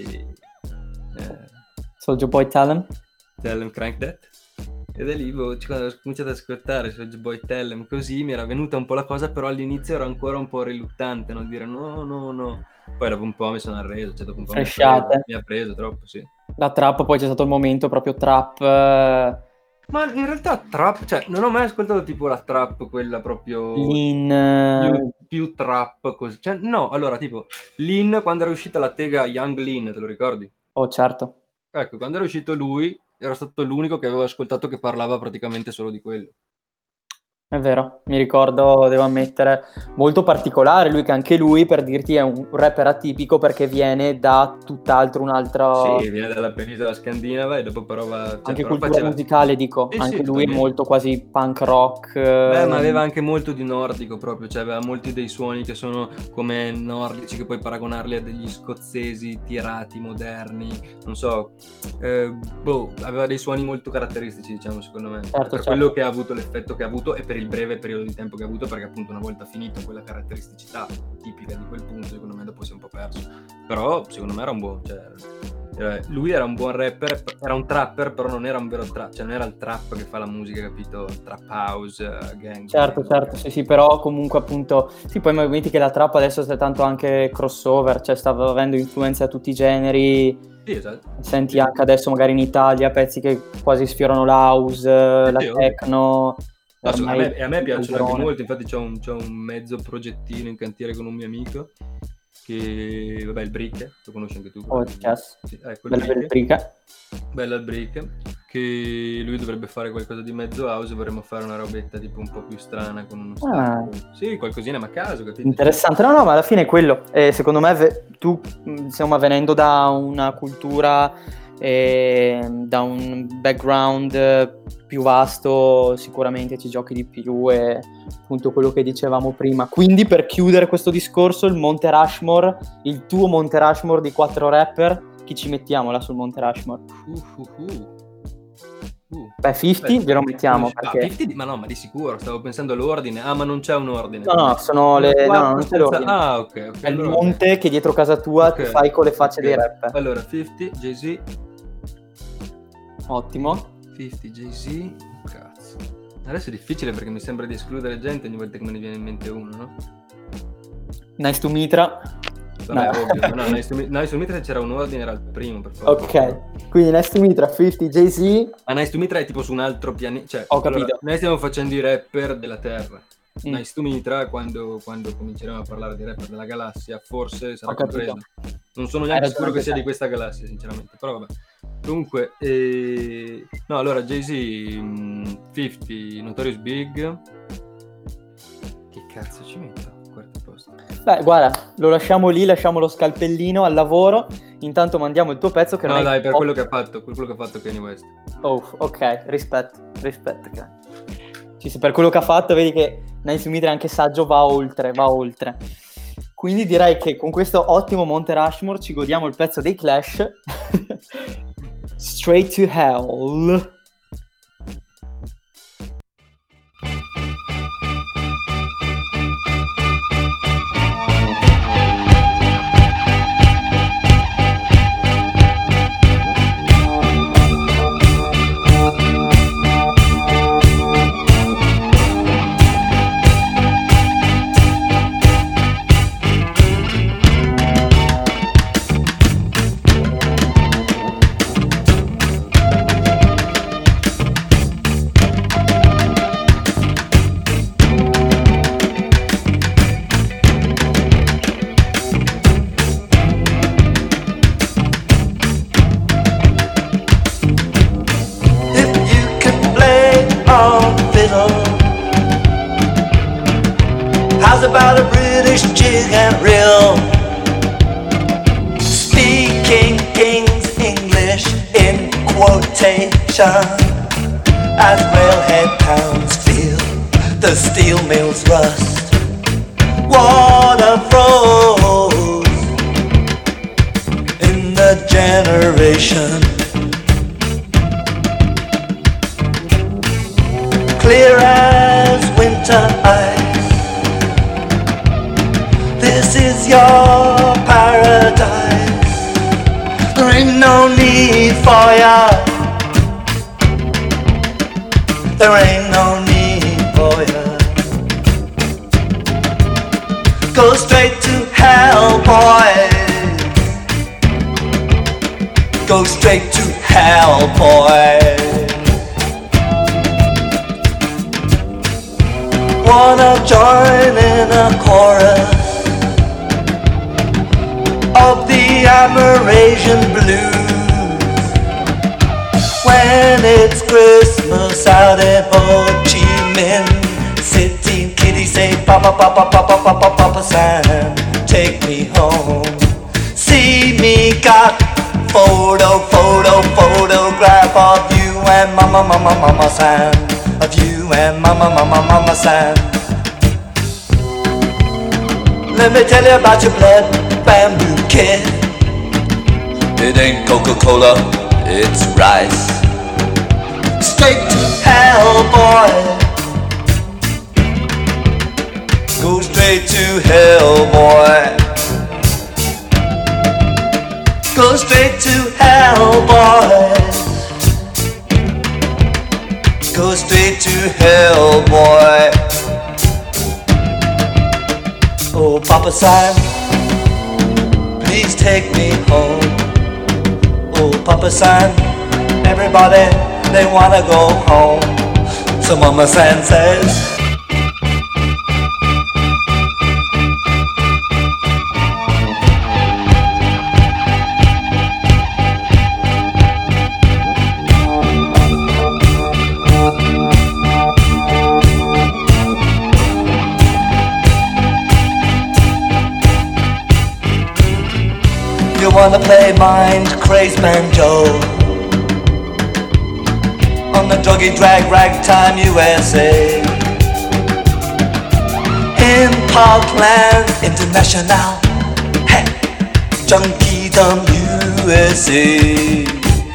eh, Soulja Boy Talent. Tell 'em Crank That, e da lì boh, c- quando ho cominciato ad ascoltare Soulja Boy Tell 'em, così mi era venuta un po' la cosa, però all'inizio ero ancora un po' riluttante, no? Dire no, no, no. Poi dopo un po' mi sono arreso, cioè dopo un po' mi ha, Fresciate. preso, mi ha preso troppo, sì. La trap, poi c'è stato il momento proprio trap. eh, Ma in realtà trap, cioè non ho mai ascoltato tipo la trap, quella proprio Lean. eh, più, più trap così. Cioè no, allora tipo Lean, quando era uscita la tega Young Lean, te lo ricordi? Oh, certo. Ecco, quando era uscito lui, era stato l'unico che avevo ascoltato che parlava praticamente solo di quello. È vero, mi ricordo, devo ammettere, molto particolare lui, che anche lui, per dirti, è un rapper atipico perché viene da tutt'altro un altro... Sì, viene dalla penisola scandinava e dopo però va... Cioè, anche però cultura faceva... musicale, dico, Sì, anche sì, lui è totalmente. molto quasi punk rock. Beh, eh, ma aveva anche molto di nordico proprio, cioè aveva molti dei suoni che sono come nordici, che puoi paragonarli a degli scozzesi tirati, moderni, non so, eh, boh, aveva dei suoni molto caratteristici, diciamo, secondo me, Certo, per certo. quello che ha avuto, l'effetto che ha avuto e per il breve periodo di tempo che ha avuto, perché appunto una volta finito quella caratteristicità tipica di quel punto, secondo me dopo si è un po' perso, però secondo me era un buon, cioè, era- lui era un buon rapper, era un trapper, però non era un vero trap, cioè non era il trap che fa la musica, capito? Trap house, eh, gang. Certo, certo, sì, sì, però comunque appunto, sì, poi mi metti che la trap adesso c'è tanto anche crossover, cioè sta avendo influenza a tutti i generi, Sì, esatto. senti anche adesso magari in Italia pezzi che quasi sfiorano l'house, la sì, ovvio. techno. No, so- a, ormai me, a me il piacciono anche calderone. molto, infatti c'ho un, c'ho un mezzo progettino in cantiere con un mio amico che, vabbè, il Brick, lo conosci anche tu? Oh, yes. Sì, ecco, il Bella Brick. brica. Bella il Brick, che lui dovrebbe fare qualcosa di mezzo house, vorremmo fare una robetta tipo un po' più strana con uno Ah. stacco. Sì, qualcosina, ma a caso, capito? Interessante, no, no, ma alla fine è quello. Eh, secondo me ve- tu, mh, insomma, venendo da una cultura, eh, da un background eh, più vasto, sicuramente ci giochi di più e appunto quello che dicevamo prima. Quindi per chiudere questo discorso, il Monte Rushmore, il tuo Monte Rushmore di quattro rapper, chi ci mettiamo là sul Monte Rushmore? Uh, uh, uh. Uh. Beh, cinquanta Beh, glielo mettiamo ah, perché... cinquanta, ma no, ma di sicuro, stavo pensando all'ordine. Ah, ma non c'è un ordine. No, no, sono le... No, no, non c'è Senza- l'ordine. Ah, ok, ok. È il allora- monte che dietro casa tua Ok, ti fai con le facce ok. dei rapper. Allora, cinquanta, Jay-Z, Ottimo. cinquanta, Jay-Z, cazzo. Adesso è difficile perché mi sembra di escludere gente ogni volta che me ne viene in mente uno, no? Nice to Mitra. Vabbè, No. ovvio, ma no, Nice to Meet- Nice to Meet se c'era un ordine era il primo, per favore. Ok, quindi Nice to Mitra, cinquanta, Jay-Z. Ma Nice to Mitra è tipo su un altro pianeta, cioè, Ho capito. noi stiamo facendo i rapper della Terra. Mm. Nice to Mitra, quando, quando cominceremo a parlare di rapper della galassia, forse sarà Ho capito. compreso. Non sono Hai neanche ragione sicuro che anche sia te. di questa galassia, sinceramente, però vabbè. Comunque, eh... no, allora, Jay-Z, mh, cinquanta, Notorious Big. Che cazzo ci metto? Quarto posto. Beh, guarda, lo lasciamo lì, lasciamo lo scalpellino al lavoro. Intanto mandiamo il tuo pezzo che non No, è dai, per pop. quello che ha fatto, per quello che ha fatto Kanye West. Oh, ok, rispetto, rispetto. ok. Sì, sì, per quello che ha fatto, vedi che Nice Dimitri anche saggio va oltre, va oltre. Quindi direi che con questo ottimo Monte Rushmore ci godiamo il pezzo dei Clash. Straight to Hell. About a British jig and reel, speaking King's English in quotation, as railhead towns feel the steel mills rust, water froze in the generation, clear as winter ice. This is your paradise. There ain't no need for ya. There ain't no need for ya. Go straight to hell, boys. Go straight to hell, boys. Wanna join in a chorus of the Amerasian blues when it's Christmas out in Ho Chi Minh City. Kitty say Papa Papa Papa Papa Papa Sam, take me home. See me got photo photo photograph of you and Mama Mama Mama Sam, of you and Mama Mama Mama Sam. Let me tell you about your blood bamboo kid. It ain't Coca-Cola, it's rice. Straight to hell, boy. Go straight to hell, boy. Go straight to hell, boy. Go straight to hell, boy. Oh, Papa Sam, please take me home. Oh, Papa San, everybody, they wanna go home. So Mama San says, you wanna play mind crazed banjo on the druggy drag ragtime U S A in Parkland International, hey, Junkiedom U S A,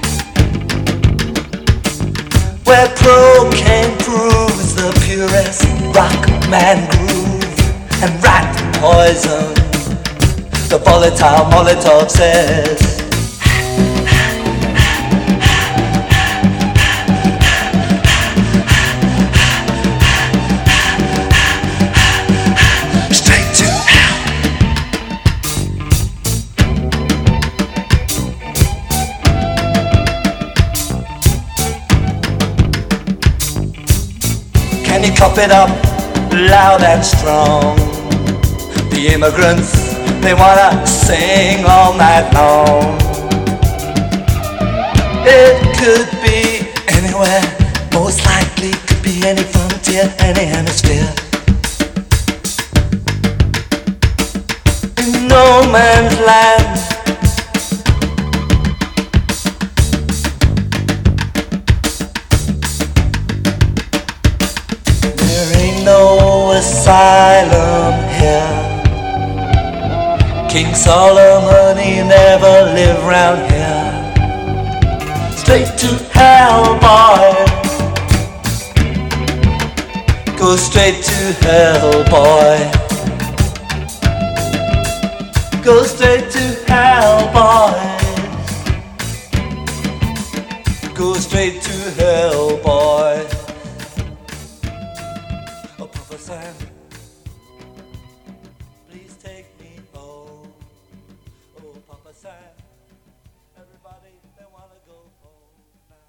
where cocaine proves the purest rock man groove and rat poison. The volatile Molotov says, straight to hell. Can you cop it up loud and strong? The immigrants, they wanna sing all night long. It could be anywhere, most likely could be any frontier, any hemisphere. In no man's land, asylum here. King Solomon, he never lived round here. Straight to hell, boy. Go straight to hell, boy. Go straight to hell, boys. Go straight to hell, boy. Oh, Papa Sam, please take me home. Oh, Papa Sam, everybody, they wanna go home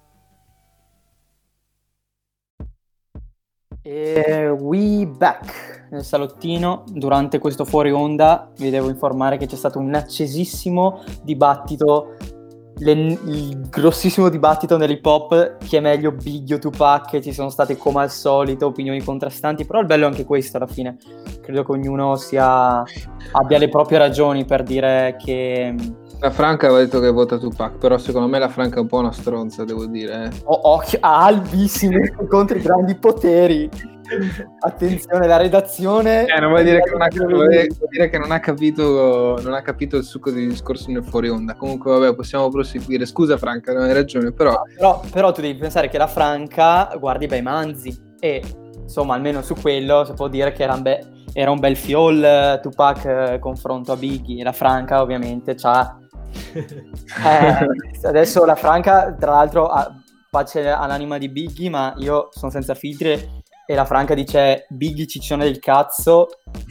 now. E we back nel salottino. Durante questo fuori onda vi devo informare che c'è stato un accesissimo dibattito, le, il grossissimo dibattito nell'hip hop, chi è meglio, Biggie o Tupac. Ci sono state come al solito opinioni contrastanti, però il bello è anche questo alla fine. Credo che ognuno sia abbia le proprie ragioni per dire che La Franca aveva detto che vota Tupac, però secondo me la Franca è un po' una stronza, devo dire. Eh. oh, occhio, Albi si mette contro i grandi poteri. Attenzione, la redazione. Eh, non vuol dire che non ha, vuol dire che non ha capito non ha capito il succo del discorso nel fuori onda. Comunque, vabbè, possiamo proseguire. Scusa, Franca, non hai ragione, però. No, però, però tu devi pensare che la Franca guardi i bei manzi e insomma, almeno su quello si può dire che era un, be- era un bel fiol eh, Tupac eh, confronto a Biggie. E la Franca, ovviamente, c'ha. eh, adesso la Franca, tra l'altro, ha pace all'anima di Biggie, ma io sono senza filtri. E la Franca dice Biggie ciccione del cazzo.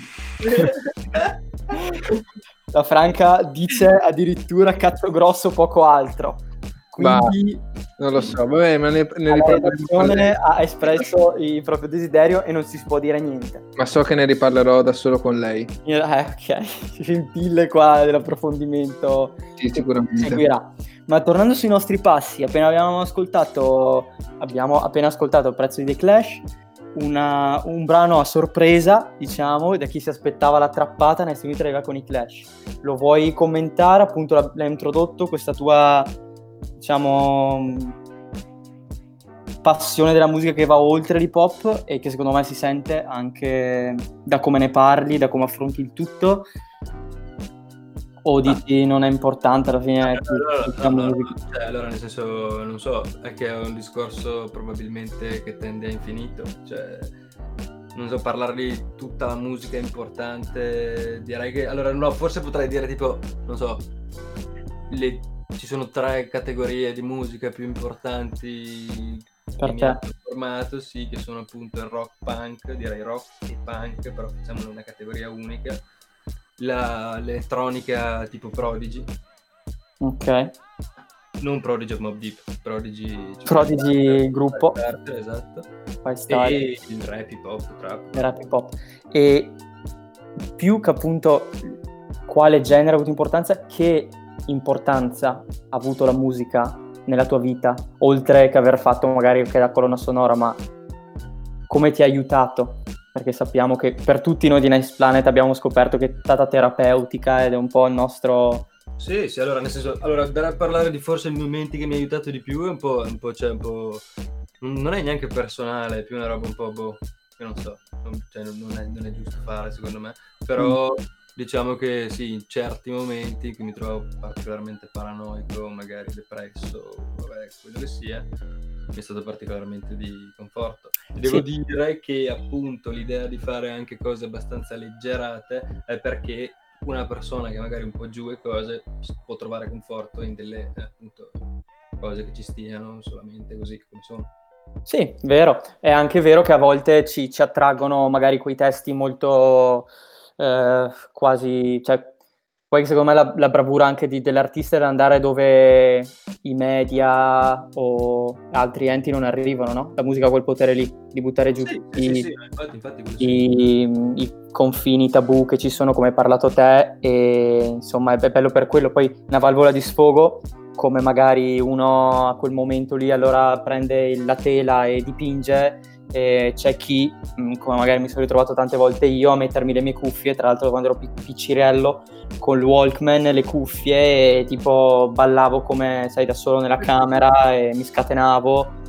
La Franca dice addirittura cazzo grosso poco altro. Quindi bah, non lo so, vabbè, ma ne, ne la redazione ha espresso il proprio desiderio e non si può dire niente. Ma so che ne riparlerò da solo con lei. Eh, ok, scintille qua dell'approfondimento. Sì, sicuramente. Seguirà. Ma tornando sui nostri passi, appena abbiamo ascoltato abbiamo appena ascoltato il prezzo di The Clash. Una, un brano a sorpresa, diciamo, da chi si aspettava la trappata, nel seguito arriva con i Clash. Lo vuoi commentare? Appunto l'ha, l'hai introdotto questa tua, diciamo, passione della musica che va oltre l'hip hop e che secondo me si sente anche da come ne parli, da come affronti il tutto. O dici non è importante alla fine? Allora, allora, allora, cioè, allora nel senso, non so, è che è un discorso probabilmente che tende a infinito, cioè non so, parlare di tutta la musica importante, direi che, allora no, forse potrei dire tipo, non so, le, ci sono tre categorie di musica più importanti che mi hanno formato, sì, che sono appunto il rock punk, direi rock e punk, però facciamo una categoria unica. La, l'elettronica tipo Prodigy, ok, non Prodigy of Mobb Deep, Prodigy Prodigy il gruppo, Starter, esatto, e il rap hip hop, trap, il rap hip hop. E più che appunto quale genere ha avuto importanza, che importanza ha avuto la musica nella tua vita, oltre che aver fatto magari che la colonna sonora, ma come ti ha aiutato? Perché sappiamo che per tutti noi di Nice Planet abbiamo scoperto che è stata terapeutica ed è un po' il nostro... Sì, sì, allora nel senso, allora per parlare di forse i momenti che mi ha aiutato di più è un po', un po', cioè un po', non è neanche personale, è più una roba un po', boh, io non so, non, cioè non è, non è giusto fare secondo me, però mm. diciamo che sì, in certi momenti in cui mi trovo particolarmente paranoico, magari depresso, vabbè, quello che sia, mi è stato particolarmente di conforto. Devo sì. dire che appunto l'idea di fare anche cose abbastanza leggerate è perché una persona che magari un po' giù e cose può trovare conforto in delle eh, appunto cose che ci stiano solamente così come sono. Sì, vero. È anche vero che a volte ci, ci attraggono magari quei testi molto eh, quasi, cioè poi secondo me la, la bravura anche di, dell'artista è andare dove i media o altri enti non arrivano, no? La musica ha quel potere lì, di buttare giù sì, i, sì, sì, infatti, infatti, i, i confini, i tabù che ci sono, come hai parlato te, e insomma è bello per quello. Poi una valvola di sfogo, come magari uno a quel momento lì allora prende la tela e dipinge, e c'è chi, come magari mi sono ritrovato tante volte io, a mettermi le mie cuffie, tra l'altro quando ero pic- piccirello, con il Walkman, le cuffie, e tipo ballavo come, sai, da solo nella camera e mi scatenavo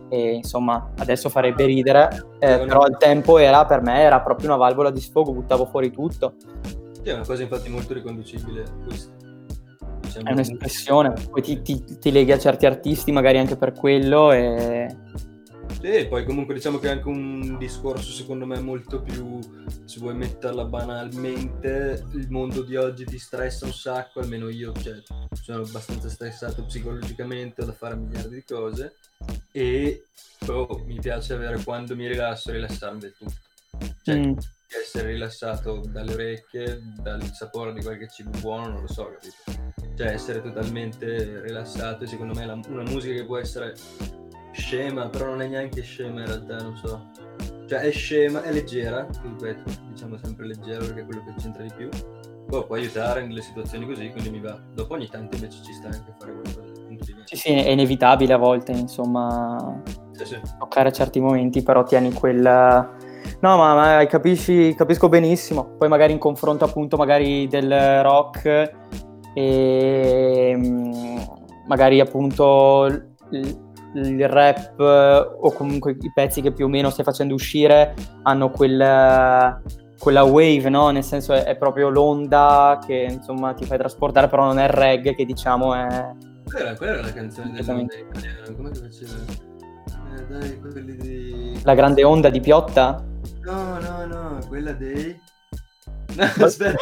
e insomma adesso farebbe ridere, eh, però al tempo era, per me era proprio una valvola di sfogo, buttavo fuori tutto. Sì, è una cosa infatti molto riconducibile a questo. Diciamo È un'espressione, poi ti, ti, ti leghi a certi artisti magari anche per quello e... Sì, poi comunque diciamo che è anche un discorso secondo me molto più, se vuoi metterla banalmente, il mondo di oggi ti stressa un sacco, almeno io, cioè, sono abbastanza stressato psicologicamente, ho da fare miliardi di cose e però mi piace avere, quando mi rilasso, rilassarmi del tutto. Cioè, Mm. essere rilassato dalle orecchie, dal sapore di qualche cibo buono, non lo so, capito? Cioè essere totalmente rilassato, e secondo me la, una musica che può essere scema, però non è neanche scema in realtà, non so. Cioè è scema, è leggera, ripeto, diciamo sempre leggera perché è quello che c'entra di più. Poi può aiutare nelle situazioni così, quindi mi va. Dopo ogni tanto invece ci sta anche fare qualcosa. Sì, sì, è inevitabile a volte, insomma, Sì, sì. toccare certi momenti, però tieni quel... No, ma, ma capisci, capisco benissimo. Poi magari in confronto appunto magari del rock e mm, magari appunto il, il rap o comunque i pezzi che più o meno stai facendo uscire hanno quel, quella wave, no? Nel senso è, è proprio l'onda che insomma ti fai trasportare, però non è il reggae che diciamo è... Quella era, quella era la canzone dell'onda italiana, come che faceva? Eh, dai, quelli di... La grande onda di Piotta? No, no, no, quella dei... No, aspetta,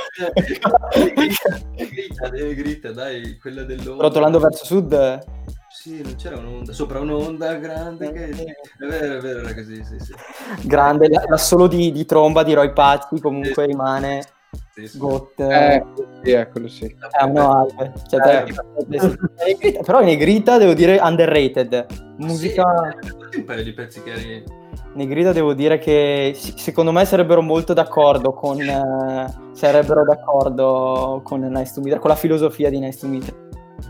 grita, deve grita, dai, quella dell'onda. Rotolando verso sud? Sì, non c'era un'onda, sopra un'onda grande che... È vero, è vero, era così, sì, sì. Grande, la, la solo di, di tromba di Roy Pazzi comunque rimane... Sì, sì. Got, Eh, sì, eccolo sì. è una albe. Cioè, te- Negrita- però Negrita devo dire underrated. Musica Sì, un paio di pezzi che eri... Negrita devo dire che sì, secondo me sarebbero molto d'accordo con eh, sarebbero d'accordo con Nice to Meet Her, con la filosofia di Nice to Meet Her.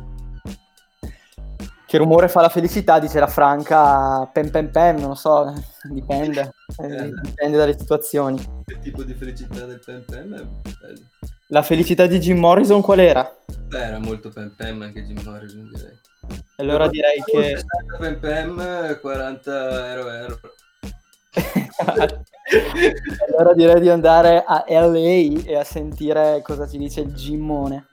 Che rumore fa la felicità, dice la Franca, pem pem pem, non lo so, dipende, eh, dipende dalle situazioni. Che tipo di felicità del Pem Pem è bello. La felicità di Jim Morrison qual era? Beh, era molto Pem Pem anche Jim Morrison, direi. Allora direi che... sessanta Pem Pem, quaranta Ero Ero. Allora direi di andare a L A e a sentire cosa ci dice il Gimmone.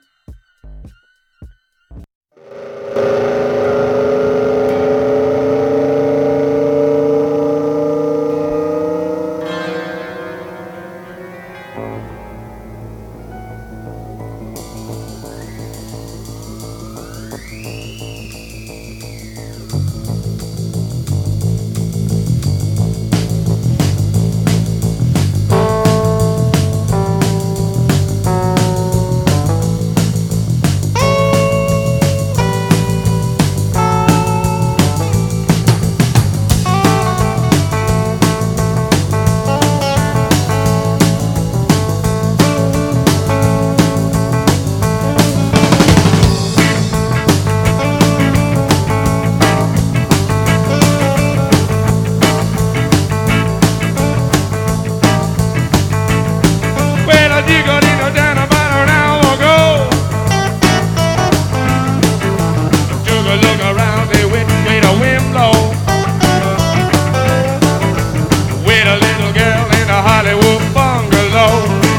Well, I dig a little down about an hour ago. Took a look around there with, with a wind blow. With a little girl in a Hollywood bungalow.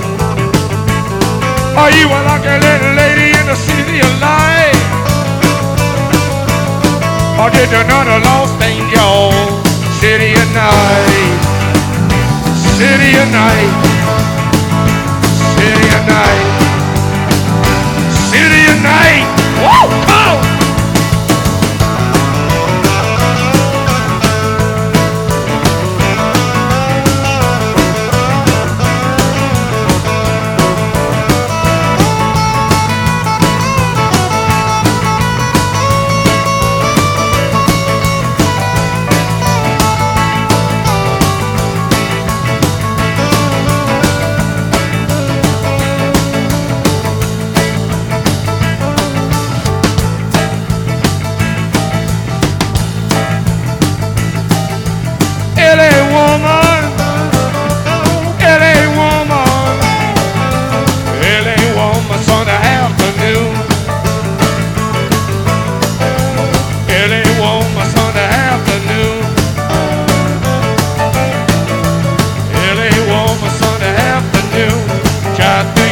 Are you a lucky little lady in the city of light? Or did you know the lost angel? City of night. City of night. City of night. City of night. Woo! Oh!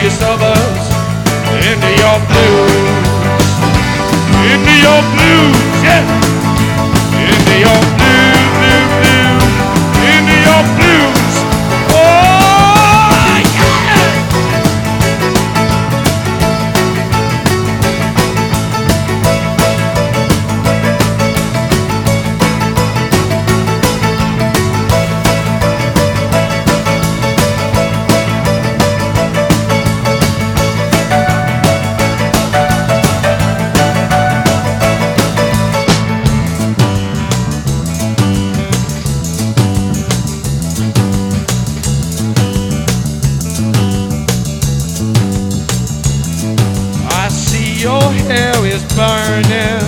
your suburbs, into your blues, into your blues, yeah, into your blue, blue, blue, into your blues. Oh, yeah! I see your hair is burning.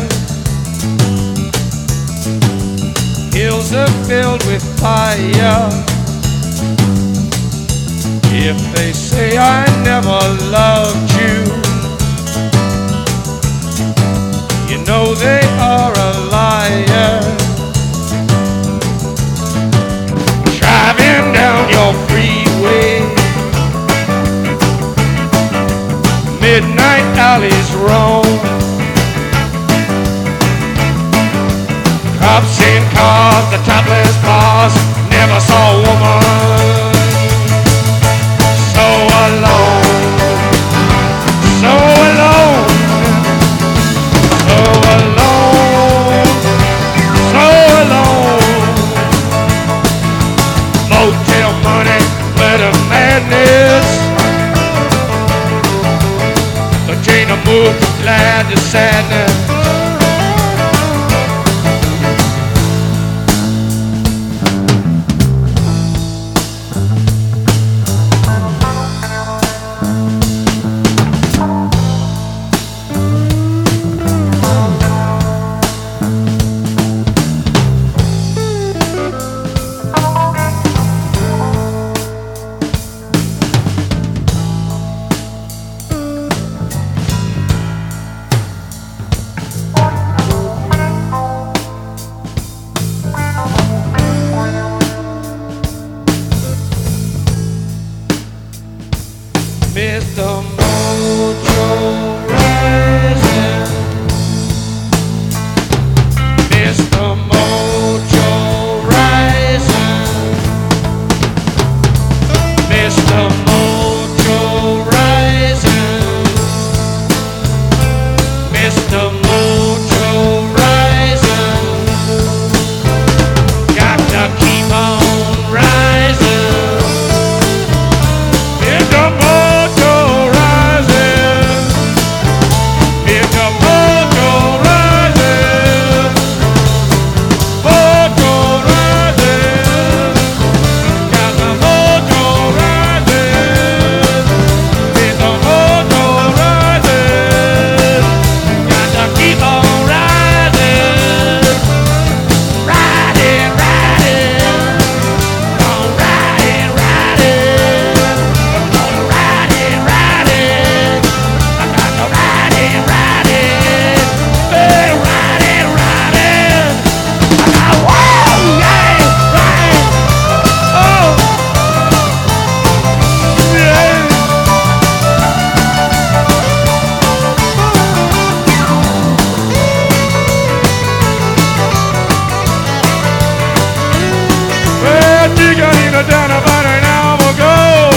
Hills are filled with fire. If they say I never loved you, you know they are a liar. Driving down your freeway, midnight alleys roam. Cops in cars, the topless bars, never saw a woman so alone, so alone, so alone, so alone. Motel money, glitter madness. The chain of move from glad to sadness. Mister Mojo rising, Mister Mojo rising, Mister Mojo rising, Mister Mojo rising. Got to keep on rising. Mister Mojo rising, Mister Mojo rising, Mojo rising, got the mojo rising, Mister Mojo rising, got to keep on rising, riding, riding, on riding, riding, on riding, riding, I got to riding, riding, hey, riding, riding, I got whoa, yeah, riding, oh, yeah. Well, she got in a down about an hour ago.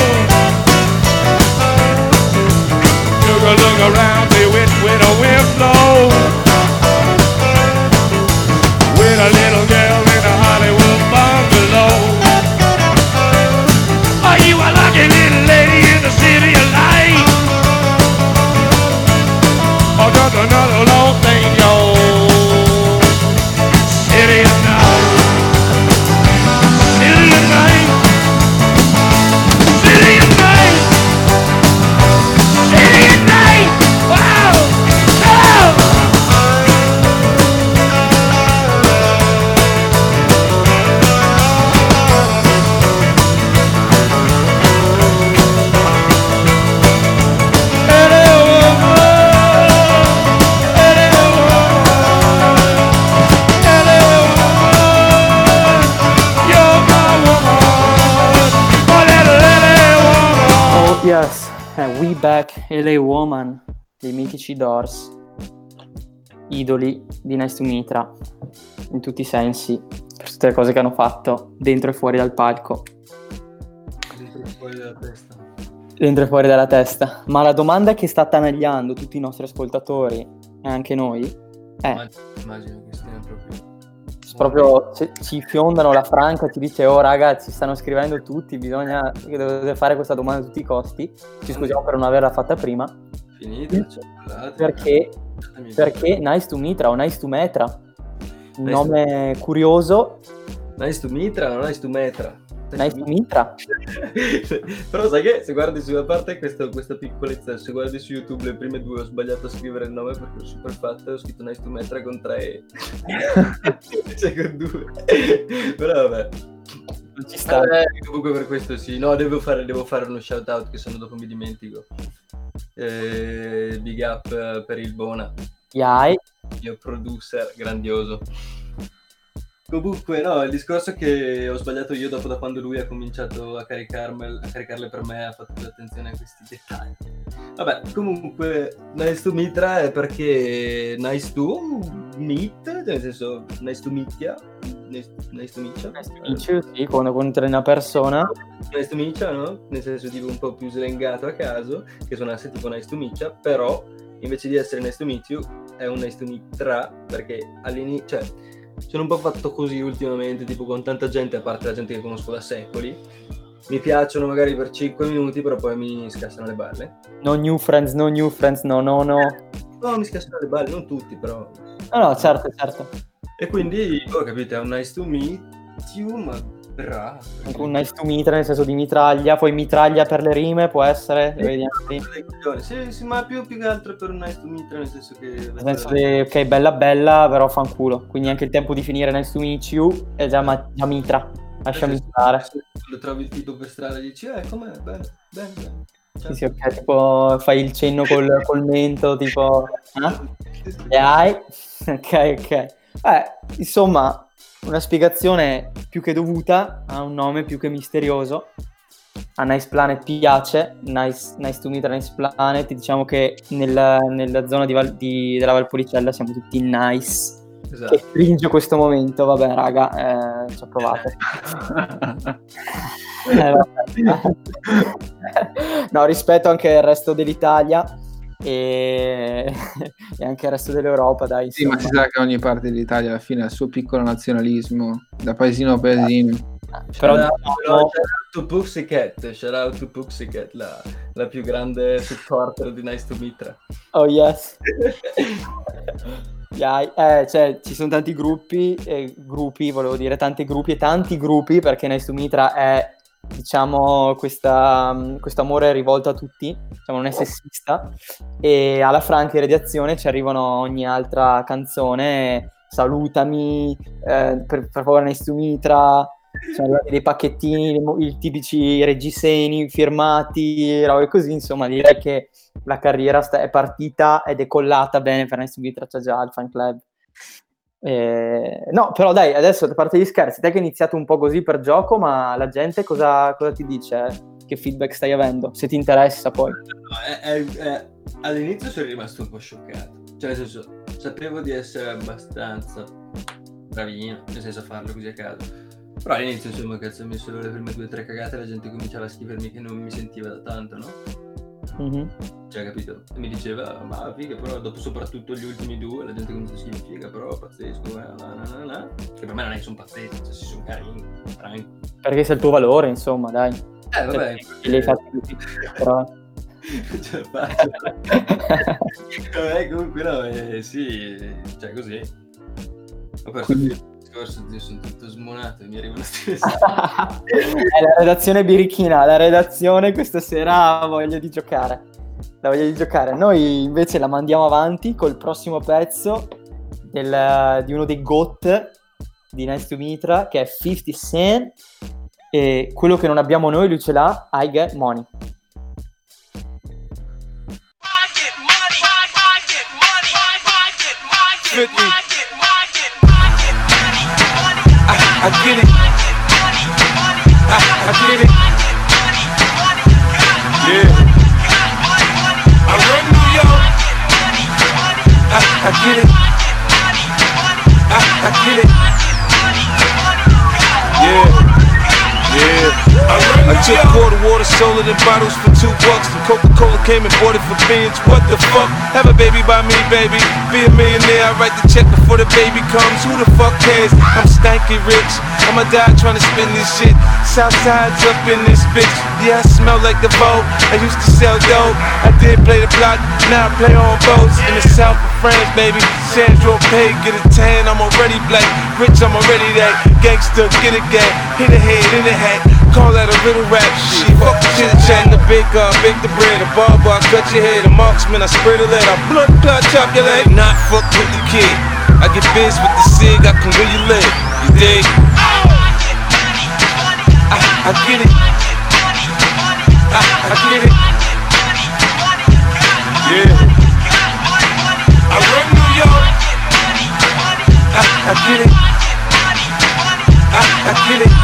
Took a look around, see which way the wind blows. With a little girl in a Hollywood bungalow. Are you a lucky little lady in the city of light? Or just another long thing, yo? City of night. City of night. City of night. City of night. Wow. Oh. Oh yes, Eh, We Back, L A Woman, dei mitici Doors, idoli di Nice to Mitra, in tutti i sensi, per tutte le cose che hanno fatto, dentro e fuori dal palco. Dentro e fuori dalla testa. Dentro e fuori dalla testa. Ma la domanda che sta attanagliando tutti i nostri ascoltatori, e anche noi, è... Immagino, immagino che stiano proprio... proprio ci, ci fiondano la franca, ci dice oh ragazzi stanno scrivendo tutti, bisogna che dovete fare questa domanda a tutti i costi, ci scusiamo per non averla fatta prima. Finito, perché perché Nice to Mitra o Nice to Metra, un nice nome to... curioso. Nice to Mitra o Nice to Metra? Nice to Mitra. Però sai che se guardi sulla parte questa, questa piccolezza, se guardi su YouTube le prime due ho sbagliato a scrivere il nome perché l'ho super fatto, ho scritto Nice to Metra con tre E cioè con due, però vabbè non ci sta. Eh, comunque per questo sì, no devo fare, devo fare uno shout out che sennò dopo mi dimentico. eh, big up per il Bona, Yai, mio producer grandioso. Comunque no, il discorso è che ho sbagliato io dopo, da quando lui ha cominciato a caricarmel, a caricarle per me, ha fatto più attenzione a questi dettagli. Vabbè, comunque Nice to Mitra è perché Nice to Meet, nel senso Nice to Meet, Nice, nice to Meet, Nice to Meet, sì, quando incontri una persona. Nice to Meet, no? Nel senso tipo un po' più slengato a caso, che suonasse tipo Nice to Meet, però invece di essere Nice to Meet You è un Nice to Mitra, perché all'inizio, cioè sono un po' fatto così ultimamente, tipo con tanta gente, a parte la gente che conosco da secoli, mi piacciono magari per cinque minuti, però poi mi scassano le balle. No new friends, no new friends, no, no, no. No, mi scassano le balle, non tutti, però. No, no, certo, certo. E quindi, oh, capite, è un nice to meet you, ma bravo. Un nice to mitra, nel senso di mitraglia, poi mitraglia per le rime, può essere, sì, vediamo. Sì, sì, ma più, più che altro per un nice to mitra, nel senso che... Nel senso che, ok, bella bella, però fanculo. Quindi anche il tempo di finire nice to meet you è già, ma, già mitra. Lasciami stare. Quando trovi il tipo per strada dici, eh, com'è? Bene, bene, bene. Sì, sì, ok, tipo fai il cenno col, col mento, tipo... Eh? E hai? Ok, ok. Eh, insomma... Una spiegazione più che dovuta, ha un nome più che misterioso. A Nice Planet piace, Nice, nice to Meet Nice Planet. Diciamo che nella, nella zona di Val, di, della Valpolicella siamo tutti nice. Esatto. Che stringe questo momento, vabbè raga, eh, ci ho provato. eh, vabbè. No, rispetto anche al resto dell'Italia e, e anche il resto dell'Europa, dai. Sì, ma si sa che ogni parte dell'Italia alla fine ha il suo piccolo nazionalismo, da paesino a paesino. Però shout out to Pussycat, shout out to Pussycat, la, la più grande supporter di Nice to Mitra. Oh yes. Yeah, eh, cioè, ci sono tanti gruppi, eh, gruppi, volevo dire tanti gruppi e tanti gruppi, perché Nice to Mitra è, diciamo, questa, questo amore rivolto a tutti, diciamo, non è sessista, e alla franca in redazione ci arrivano ogni altra canzone, salutami, eh, per, per favore Nice to Mitra, sono arrivati dei pacchettini, i tipici reggiseni firmati, robe così, insomma direi che la carriera sta, è partita ed è collata bene per Nice to Mitra, c'è già il fan club. Eh, no, però dai, adesso a parte gli scherzi, te che hai iniziato un po' così per gioco, ma la gente cosa, cosa ti dice? Che feedback stai avendo? Se ti interessa poi. No, è, è, è, all'inizio sono rimasto un po' scioccato, cioè nel senso, sapevo di essere abbastanza bravino, nel senso a farlo così a caso. Però all'inizio, insomma, cazzo, ho messo le prime due o tre cagate e la gente cominciava a scrivermi che non mi sentiva da tanto, no? Mm-hmm. Cioè, capito? E mi diceva, ma figa, però dopo soprattutto gli ultimi due, la gente comincia a scrivere figa, però pazzesco, eh, na, na, na, na. Che per me non è che sono pazzeschi, cioè si sono carini, tranquilli. Perché sei il tuo valore, insomma, dai. Eh, vabbè. Cioè, li hai fatti tutti, però... Ce la faccio. Vabbè, comunque no, eh, sì, cioè così. Ho perso il discorso, io sono tutto smonato e mi arriva lo stesso. È la redazione birichina, la redazione questa sera ha voglia di giocare. La voglia di giocare. Noi invece la mandiamo avanti col prossimo pezzo del, di uno dei G O T di Nice to Mitra, che è fifty Cent, e quello che non abbiamo noi lui ce l'ha, I Get Money. fifty. I, I get it. I, I get it. Yeah. I get it. I, I get it. Yeah. Yeah, I took quarter water, sold it in bottles for two bucks. And Coca-Cola came and bought it for beans. What the fuck? Have a baby by me, baby. Be a millionaire, I write the check before the baby comes. Who the fuck cares? I'm stanky rich. I'ma die trying to spend this shit. Southside's up in this bitch. Yeah, I smell like the Vogue. I used to sell dope. I did play the block, now I play on boats. In the south of France, baby. Sandro Pay, get a tan, I'm already black. Rich, I'm already that. Gangster, get a gang. Hit a head in the hat. Call that a little rap shit. Fuck the chit chat, the baker, bake the bread. A barber, I cut your head. A marksman, I spray the lead. I blood clot, chop your leg. Not fuck with the kid. I get biz with the cig, I can where you live. You dig? I, I get it. I, I get it. Yeah. I run New York. I, I get it. I, I get it.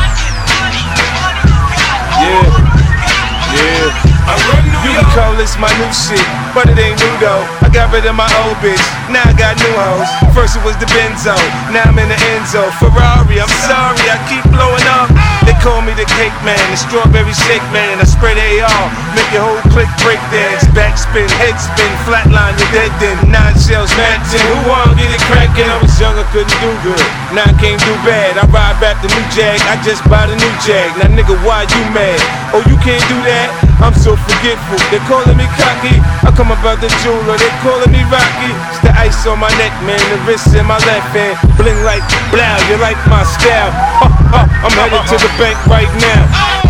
Yeah, yeah. I run New York. You can call this my new shit, but it ain't new though. I got rid of my old bitch, now I got new hoes. First it was the Benzo, now I'm in the Enzo. Ferrari, I'm sorry, I keep blowing up. They call me the cake man, the strawberry shake man. I spray the A R, make your whole clique break dance. Backspin, head spin, flatline, you're dead then. Nine shells, mad ten. Who wanna get it crackin'? I was young, I couldn't do good. Now I can't do bad. I ride back the new Jag, I just bought a new Jag. Now nigga, why you mad? Oh, you can't do that? I'm so forgetful. They calling me cocky. I come about the jeweler, they calling me Rocky. It's the ice on my neck, man, the wrist in my left hand. Bling like blow, you like my style. Ha, ha, I'm headed to the bank right now.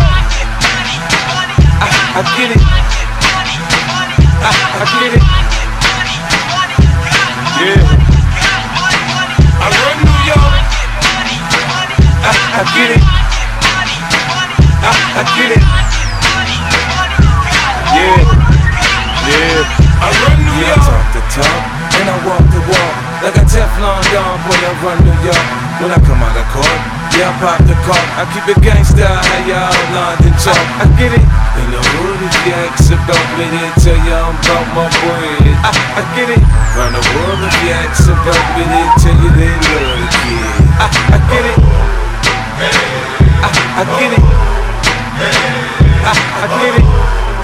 I, I get it. I, I get it. Yeah. I run New York. I, I get it. I, I get it. Yeah. Yeah. I run New York. I talk the talk and I walk the walk. Like a Teflon Don, boy, I run New York. When I come out of court, yeah, I pop the cork. I keep it gangsta, how y'all London talk. I, I get it. In the hood, if you ask about me, they tell you I'm about my bread. I, I get it. Round the world, if you ask about me, they tell you they love the kid. I, I get it. I, I get it. I, I get it.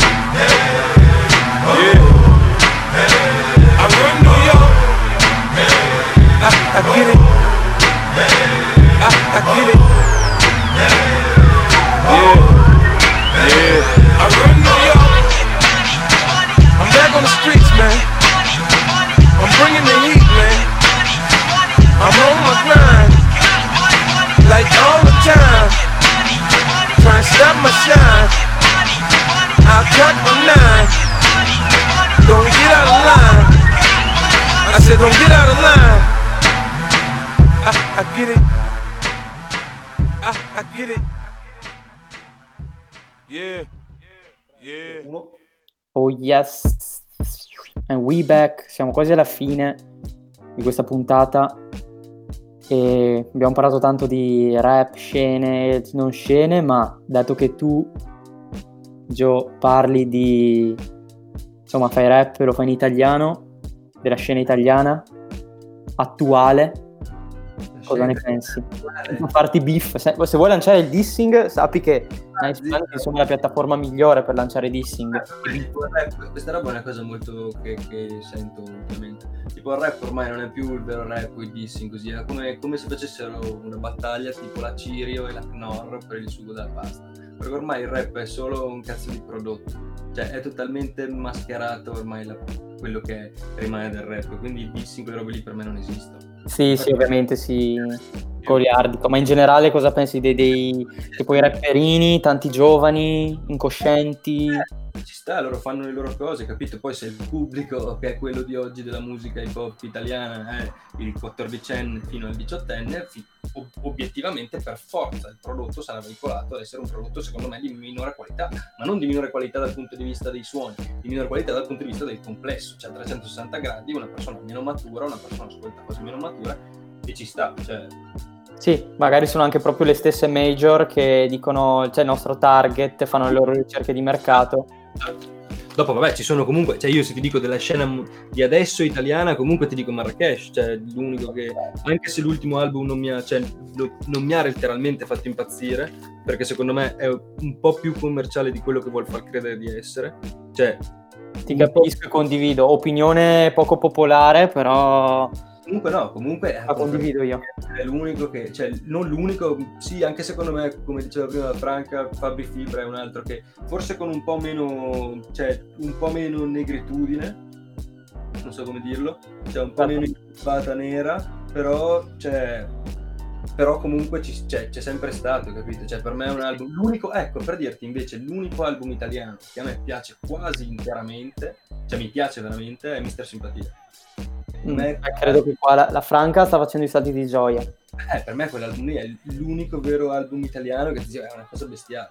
Yeah. I run New York. I, I get it. I, I get it. Yeah. Yeah. I run New York. I'm back on the streets, man. I'm bringing the heat, man. I'm on my grind. Like all the time. Trying to stop my shine. I'll cut my nine. Don't get out of line. I said don't get out of line. I, I get it. I, I get it. Yeah. Yeah. Oh yes. And we back. Siamo quasi alla fine di questa puntata. E abbiamo parlato tanto di rap, scene, non scene, ma dato che tu, Gio, parli di, insomma, fai rap, lo fai in italiano, della scena italiana attuale, cosa ne pensi? Farti beef, se, se vuoi lanciare il dissing, sappi che Nice Planet è insomma la piattaforma migliore per lanciare dissing. Tipo il rap, questa roba è una cosa molto che, che sento ultimamente. Tipo il rap ormai non è più il vero rap o il dissing, così è come, come se facessero una battaglia tipo la Cirio e la Knorr per il sugo della pasta. Perché ormai il rap è solo un cazzo di prodotto, cioè è totalmente mascherato ormai la, quello che rimane del rap, quindi il dissing, quelle robe lì per me non esistono. Sì, sì, ovviamente sì, goliardico, ma in generale cosa pensi dei, dei tipo i rapperini, tanti giovani, incoscienti? Eh, ci sta, loro fanno le loro cose, capito? Poi se il pubblico, che è quello di oggi della musica hip hop italiana, è il quattordicenne fino al diciottenne, fi- ob- obiettivamente per forza il prodotto sarà veicolato ad essere un prodotto secondo me di minore qualità, ma non di minore qualità dal punto di vista dei suoni, di minore qualità dal punto di vista del complesso, cioè a trecentosessanta gradi una persona meno matura, una persona ascolta cose meno matura e ci sta, cioè... Sì, magari sono anche proprio le stesse major che dicono, cioè il nostro target, fanno le loro ricerche di mercato. Dopo vabbè ci sono comunque, cioè io se ti dico della scena mu- di adesso italiana comunque ti dico Marrakesh, cioè l'unico che, anche se l'ultimo album non mi ha, cioè, lo- non mi ha letteralmente fatto impazzire, perché secondo me è un po' più commerciale di quello che vuol far credere di essere, cioè Ti capisco e condivido. Opinione poco popolare, però comunque no, comunque la condivido io. è l'unico che, cioè non l'unico, sì, anche secondo me, come diceva prima Franca, Fabri Fibra è un altro che forse con un po' meno, cioè un po' meno negritudine, non so come dirlo, cioè un po' meno incubata nera, però cioè però comunque ci, cioè, c'è sempre stato, capito? Cioè per me è un album, l'unico, ecco, per dirti invece, l'unico album italiano che a me piace quasi interamente, cioè mi piace veramente, è Mister Simpatia. Mm, me... Credo che qua la, la Franca sta facendo i salti di gioia. Eh, per me quell'album lì è l'unico vero album italiano che ti dice è una cosa bestiale.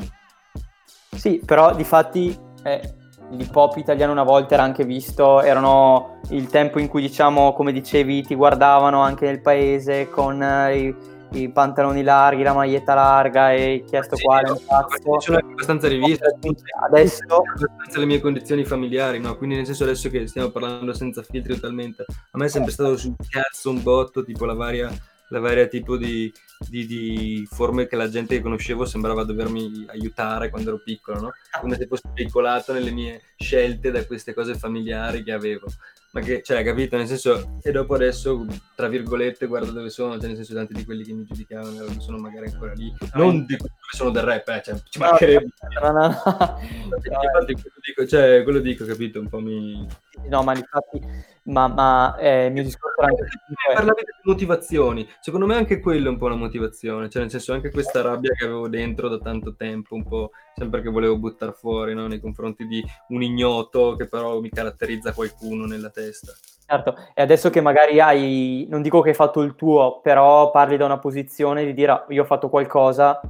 Sì, però difatti eh, l'hip hop italiano una volta era anche visto, erano il tempo in cui, diciamo, come dicevi, ti guardavano anche nel paese con eh, i, i pantaloni larghi, la maglietta larga e chiesto sì, quale no, un cazzo. Sono abbastanza riviste adesso abbastanza le mie condizioni familiari, no? Quindi nel senso, adesso che stiamo parlando senza filtri totalmente, a me è sempre stato sul cazzo un botto, tipo la varia la varia tipo di, di, di forme che la gente che conoscevo sembrava dovermi aiutare quando ero piccolo, no? Come se fossi veicolato nelle mie scelte da queste cose familiari che avevo. Ma che, cioè, capito? Nel senso, e dopo adesso, tra virgolette, guarda dove sono, cioè nel senso tanti di quelli che mi giudicavano sono magari ancora lì. Non di dove sono del rap, eh, cioè, ci mancherebbe. No, no, no. Infatti, quello dico, cioè, quello dico, capito? Un po' mi... No, ma infatti, ma, ma eh, il mio discorso era anche... Parlavi di motivazioni, secondo me anche quello è un po' una motivazione, cioè nel senso anche questa rabbia che avevo dentro da tanto tempo, un po' sempre che volevo buttare fuori, no? Nei confronti di un ignoto che però mi caratterizza qualcuno nella testa. Certo, e adesso che magari hai, non dico che hai fatto il tuo, però parli da una posizione di dire ah, io ho fatto qualcosa,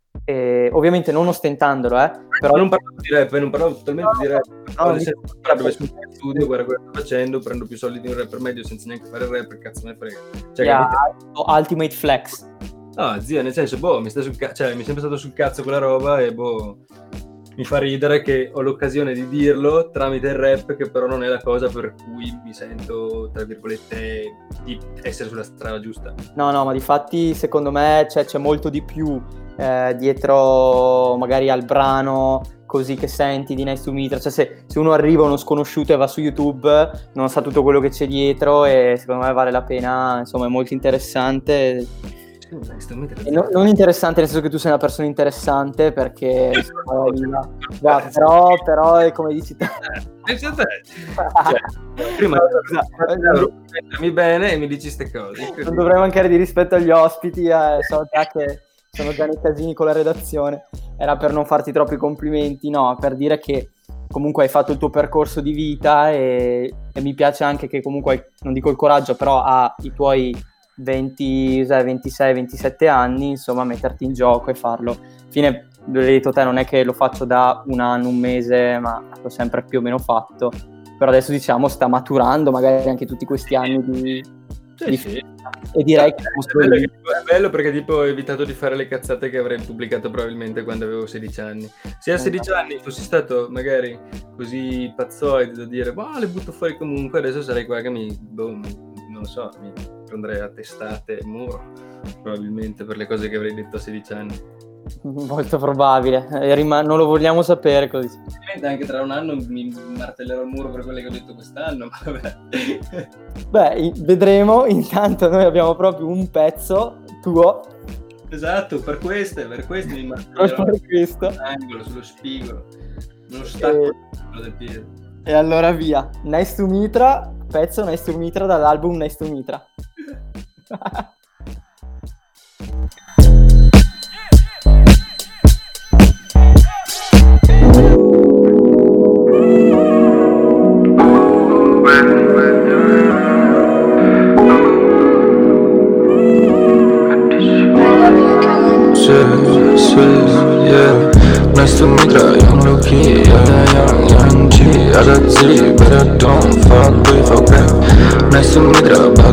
e ovviamente non ostentandolo, eh, però... Non parlavo di rap, non parlavo totalmente no, di rap, no, no, senso, no, dove sono in studio, guarda quello che sto facendo, prendo più soldi di un rapper medio senza neanche fare il rap, che cazzo me ne frega. Cioè, yeah, ultimate flex. No, zio, nel senso, boh, mi sta sul ca- cioè mi è sempre stato sul cazzo quella roba e boh, mi fa ridere che ho l'occasione di dirlo tramite il rap, che però non è la cosa per cui mi sento, tra virgolette, di essere sulla strada giusta. No, no, ma difatti secondo me c'è, c'è molto di più eh, dietro magari al brano così che senti di Nice to Mitra, cioè se, se uno arriva uno sconosciuto e va su YouTube non sa tutto quello che c'è dietro e secondo me vale la pena, insomma è molto interessante. E no, non interessante nel senso che tu sei una persona interessante perché insomma, guarda, però, però è come dici te, cioè, prima mi bene e mi dici ste cose, non dovrei mancare di rispetto agli ospiti, eh, so già che sono già nei casini con la redazione, era per non farti troppi complimenti, no, per dire che comunque hai fatto il tuo percorso di vita e, e mi piace anche che comunque hai, non dico il coraggio, però ha i tuoi venti, ventisei, ventisette anni, insomma, metterti in gioco e farlo. Alla fine, l'hai detto te, non è che lo faccio da un anno, un mese, ma l'ho sempre più o meno fatto. Però adesso, diciamo, sta maturando magari anche tutti questi anni di... Sì, di... sì. E direi è che... bello, che è bello perché tipo ho evitato di fare le cazzate che avrei pubblicato probabilmente quando avevo sedici anni. Se a sedici anni fossi stato magari così pazzoide da dire boh, le butto fuori comunque, adesso sarei qua che mi... Boh, non lo so, mi prendrei a testate e muro probabilmente per le cose che avrei detto a sedici anni. Molto probabile, eh, rim- non lo vogliamo sapere così. Anche tra un anno mi martellerò il muro per quelle che ho detto quest'anno, ma vabbè. Beh, i- vedremo, intanto noi abbiamo proprio un pezzo tuo. Esatto, per queste, per queste mi martellerò per questo. sull'angolo, sullo spigolo, non stacco E... del piede. e allora via, Nice to Mitra, pezzo Nice to Mitra dall'album Nice to Mitra. Yeah, nice to meet ya, young Loki, yeah, young, young G, I got Z, but I don't fuck with, okay. Nice to meet ya,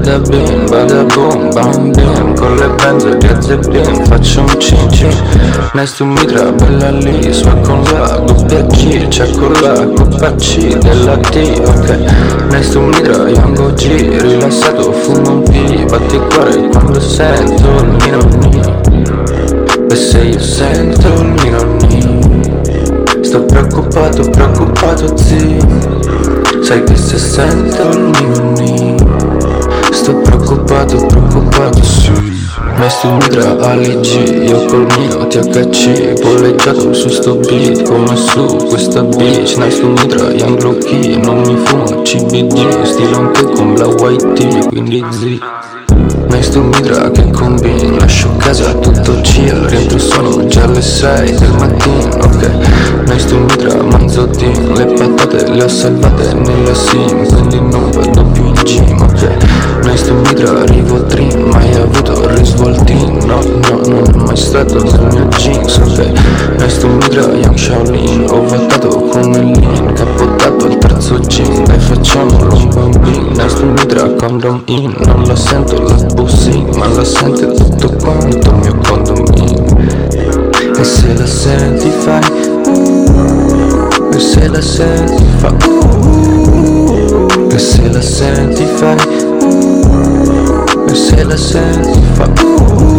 bada bing, bada boom, bam bim. Con le benze di Azerbin faccio un cin cin. Nice to meet you, bella lì, sua con la doppia G, c'è con la coppa C della T, ok. Nice to meet you, young O G, rilassato, fumo un P, batti il cuore quando sento il minoni. E se io sento il minoni, sto preoccupato, preoccupato zio. Sai che se sento il minoni, sto preoccupato, preoccupato sì. Messo mitra Ali G, io col mio T H C, polleggiato su sto beat come su questa beach. Nice to mitra, young low key, non mi fumo C B D, stile anche con la white tea, quindi Z. Nice to mitra che combin, lascio casa tutto chill, rientro sono già alle sei del mattino, ok. Nice to mitra, manzotin, le patate le ho salvate nella sim, quindi non vado più in gym, ok. Nice to mitra, arrivo a dream, mai avuto risvolti, no, no, non è mai stato nel mio jeans, ok. Nice to mitra, young Shaolin, ho votato come Lean, capotato al terzo gin, dai facciamolo un bambino. Nice to mitra, condom in, non la sento la bussing, ma la sente tutto quanto il mio condominio. E se la senti fai uh, e se la senti fa uh, e se la senti fai uh, e se la senti fa uh.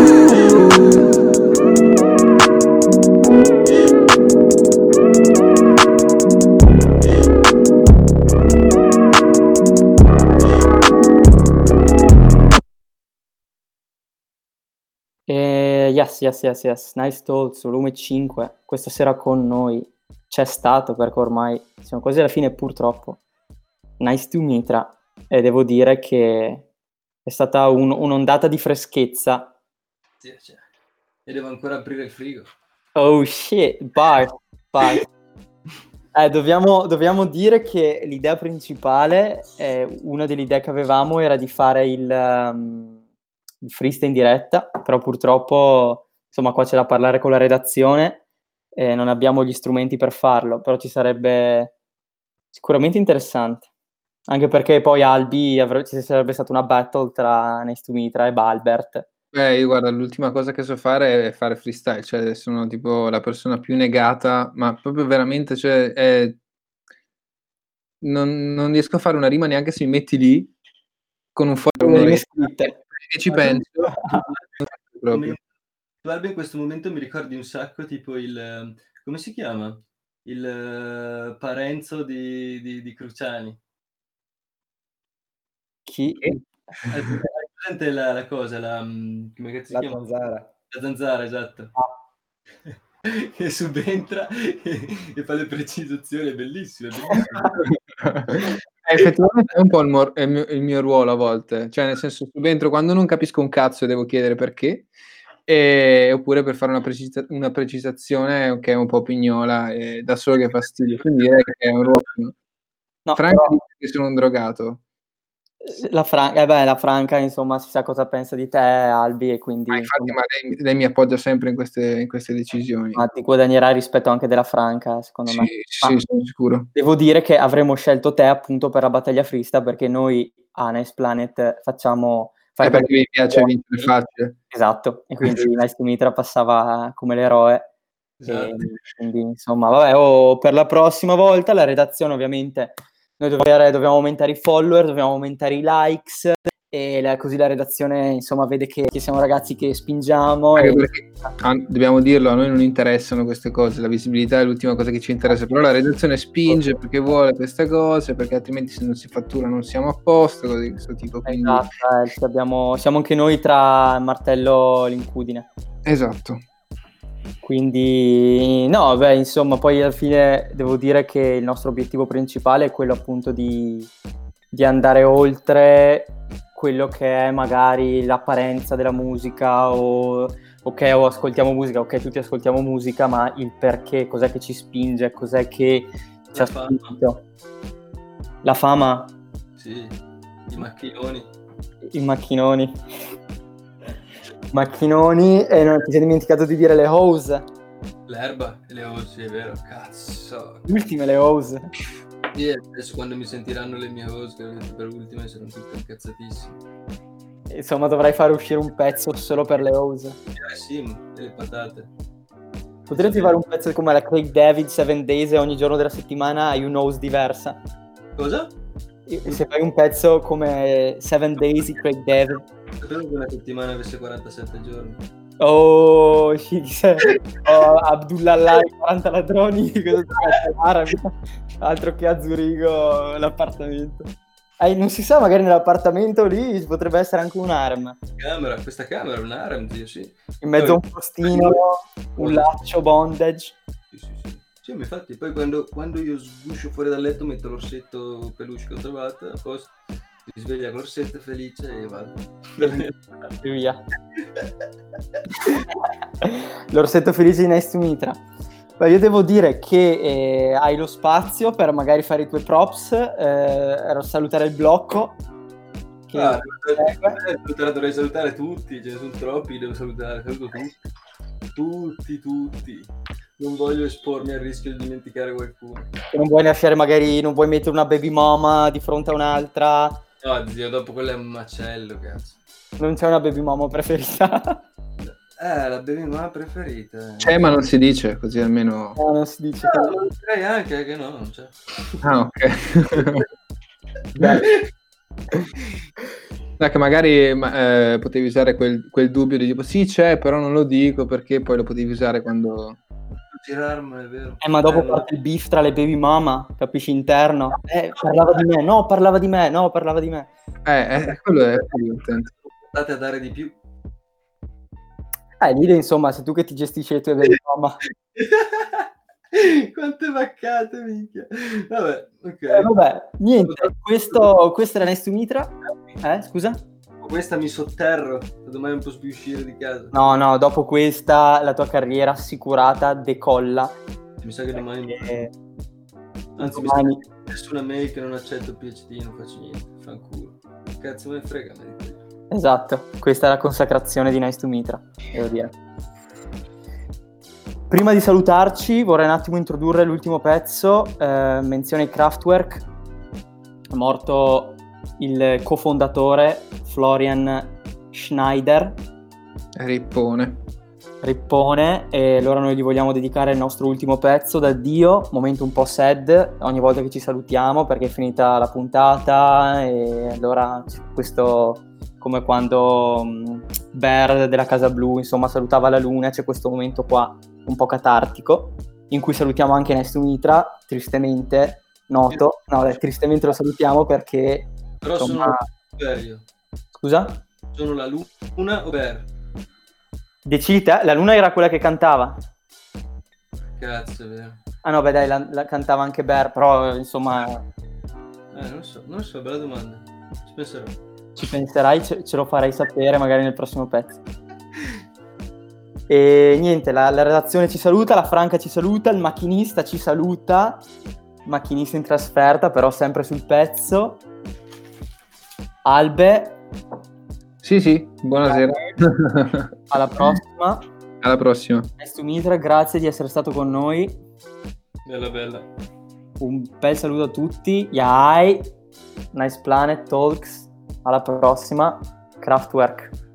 Eh, yes, yes, yes, yes. Nice Talks, volume cinque. Questa sera con noi c'è stato, perché ormai siamo quasi alla fine purtroppo, Nice to Mitra, e devo dire che è stata un- un'ondata di freschezza. Sì, cioè, e devo ancora aprire il frigo. Oh shit, bar, bar. Eh, dobbiamo, dobbiamo dire che l'idea principale, eh, una delle idee che avevamo era di fare il, um, il freestyle in diretta, però purtroppo, insomma, qua c'è da parlare con la redazione e non abbiamo gli strumenti per farlo, però ci sarebbe sicuramente interessante, anche perché poi Albi avre- ci sarebbe stata una battle tra Nice to Mitra e Balbert. Eh, io guarda, l'ultima cosa che so fare è fare freestyle, cioè sono tipo la persona più negata, ma proprio veramente, cioè, è- non, non riesco a fare una rima neanche se mi metti lì con un foglio Con le rime e scritte. ci penso. proprio. Tu Albi in questo momento mi ricordi un sacco tipo il... eh, come si chiama? Il eh, Parenzo di, di, di Cruciani. Chi? Hai hai presente la, la cosa, la... mm, come cazzo si La chiama? zanzara. La zanzara, esatto. Che subentra e, e fa le precisazioni, è bellissimo, è bellissimo. Eh, effettivamente è un po' il, mor- è il mio, il mio ruolo a volte, cioè nel senso subentro quando non capisco un cazzo e devo chiedere perché, e- oppure per fare una, precisa- una precisazione che è un po' pignola e da solo che fastidio, quindi direi che è un ruolo. No, Franco però- dice che sono un drogato. La, Fran- eh beh, la Franca, insomma, si sa cosa pensa di te, Albi, e quindi Ma infatti, insomma, ma lei, lei mi appoggia sempre in queste, in queste decisioni. ma ti guadagnerai rispetto anche della Franca, secondo Sì, me. sì, Ma sono sicuro. devo dire che avremmo scelto te appunto per la battaglia freestyle, perché noi a Nice Planet facciamo... È perché mi piace vincere facile. Esatto, e quindi Nice to Mitra passava come l'eroe. Esatto. E quindi insomma, vabbè, oh, per la prossima volta la redazione ovviamente noi dobbiamo, dobbiamo aumentare i follower, dobbiamo aumentare i likes e la- così la redazione insomma vede che, che siamo ragazzi che spingiamo. Anche E... perché, ah, dobbiamo dirlo, a noi non interessano queste cose, la visibilità è l'ultima cosa che ci interessa, però la redazione spinge perché vuole queste cose, perché altrimenti se non si fattura non siamo a posto, cose di questo tipo. Quindi... Esatto, eh, ci abbiamo- siamo anche noi tra il martello e l'incudine. Esatto. Quindi, no, beh, insomma, poi alla fine devo dire che il nostro obiettivo principale è quello appunto di, di andare oltre quello che è magari l'apparenza della musica o ok, o ascoltiamo musica, ok, tutti ascoltiamo musica, ma il perché, cos'è che ci spinge, cos'è che ci ha fama. spinto. La fama, Sì, i macchinoni. i macchinoni. Macchinoni, e non ti sei dimenticato di dire le hose. L'erba e le osi, è vero, cazzo. Ultime le hose. Sì, adesso quando mi sentiranno le mie cose, che per ultime saranno tutte incazzatissime. Insomma, dovrai fare uscire un pezzo solo per le House. Eh sì, e le patate. Potresti fare un pezzo come la Craig David Seven Days e ogni giorno della settimana hai un house diversa. Cosa? E se fai un pezzo come Seven Days di Craig David. Sapevo che una settimana avesse quarantasette giorni. Oh, oh Abdullah, quaranta ladroni, cosa ti altro che a Zurigo l'appartamento. Eh, non si sa, magari nell'appartamento lì potrebbe essere anche un harem. Camera, questa camera è un harem, zio, sì. In mezzo a un postino, un laccio, bondage. Sì, sì, sì. Sì, ma infatti poi quando, quando io sguscio fuori dal letto metto l'orsetto peluche che ho trovato, a posto, si sveglia con l'orsetto felice e vado. E via. L'orsetto felice di Nice to Mitra. Beh, io devo dire che eh, hai lo spazio per magari fare i tuoi props, eh, salutare il blocco. Che ah, salutare, dovrei salutare tutti, ce ne sono troppi, devo salutare, saluto tutti. Tutti, tutti. Non voglio espormi al rischio di dimenticare qualcuno. Che non vuoi lasciare magari, non vuoi mettere una baby mama di fronte a un'altra. No, zio, dopo quello è un macello, cazzo. Non c'è una baby mama preferita? Eh, la baby mama preferita. C'è, ma non si dice, così almeno... No, non si dice. No, non direi anche che no, non c'è. Ah, ok. No, che magari eh, potevi usare quel, quel dubbio di tipo sì c'è, però non lo dico perché poi lo potevi usare quando... Girarmi, è vero. Eh, ma dopo eh, parte il beef tra le baby mama, capisci, interno. Eh, parlava di me, no, parlava di me, no, parlava di me. Eh, eh quello è divertente. State a dare di più. Eh, lì insomma, sei tu che ti gestisci le tue baby mama. Quante vaccate, minchia. Vabbè, ok. Eh, vabbè, niente, questo, questo era Nice to Mitra. Eh, scusa? Questa mi sotterro, domani non posso più uscire di casa. No, no, dopo questa la tua carriera assicurata decolla. Mi sa che domani... Eh, Anzi, domani... mi sa che nessuna mail che non accetto il P H D, non faccio niente, fanculo. Cazzo me ne frega me di quello. Esatto, questa è la consacrazione di Nice to Mitra, devo dire. Prima di salutarci vorrei un attimo introdurre l'ultimo pezzo, eh, menzione Kraftwerk. È morto il cofondatore Florian Schneider. Rippone. Rippone, e allora noi gli vogliamo dedicare il nostro ultimo pezzo d'addio, momento un po' sad ogni volta che ci salutiamo perché è finita la puntata e allora questo... come quando um, Bear della Casa Blu insomma salutava la luna, c'è questo momento qua un po' catartico in cui salutiamo anche Nice to Mitra, tristemente noto, no dai, tristemente lo salutiamo perché però insomma... sono io. Scusa? Sono la luna o Bear? Decidi te, la luna era quella che cantava. Cazzo, è vero. Ah no, beh dai, la, la cantava anche Bear, però insomma... Eh, non so, non so, bella domanda, ci penserò. Ci penserai, ce, ce lo farai sapere magari nel prossimo pezzo. E niente, la, la redazione ci saluta, la Franca ci saluta, il macchinista ci saluta, macchinista in trasferta però sempre sul pezzo. Albe. Sì, sì, buonasera. Alla prossima. Alla prossima. Nice to Mitra, grazie di essere stato con noi. Bella, bella. Un bel saluto a tutti. Yai. Nice Planet Talks. Alla prossima. Kraftwerk.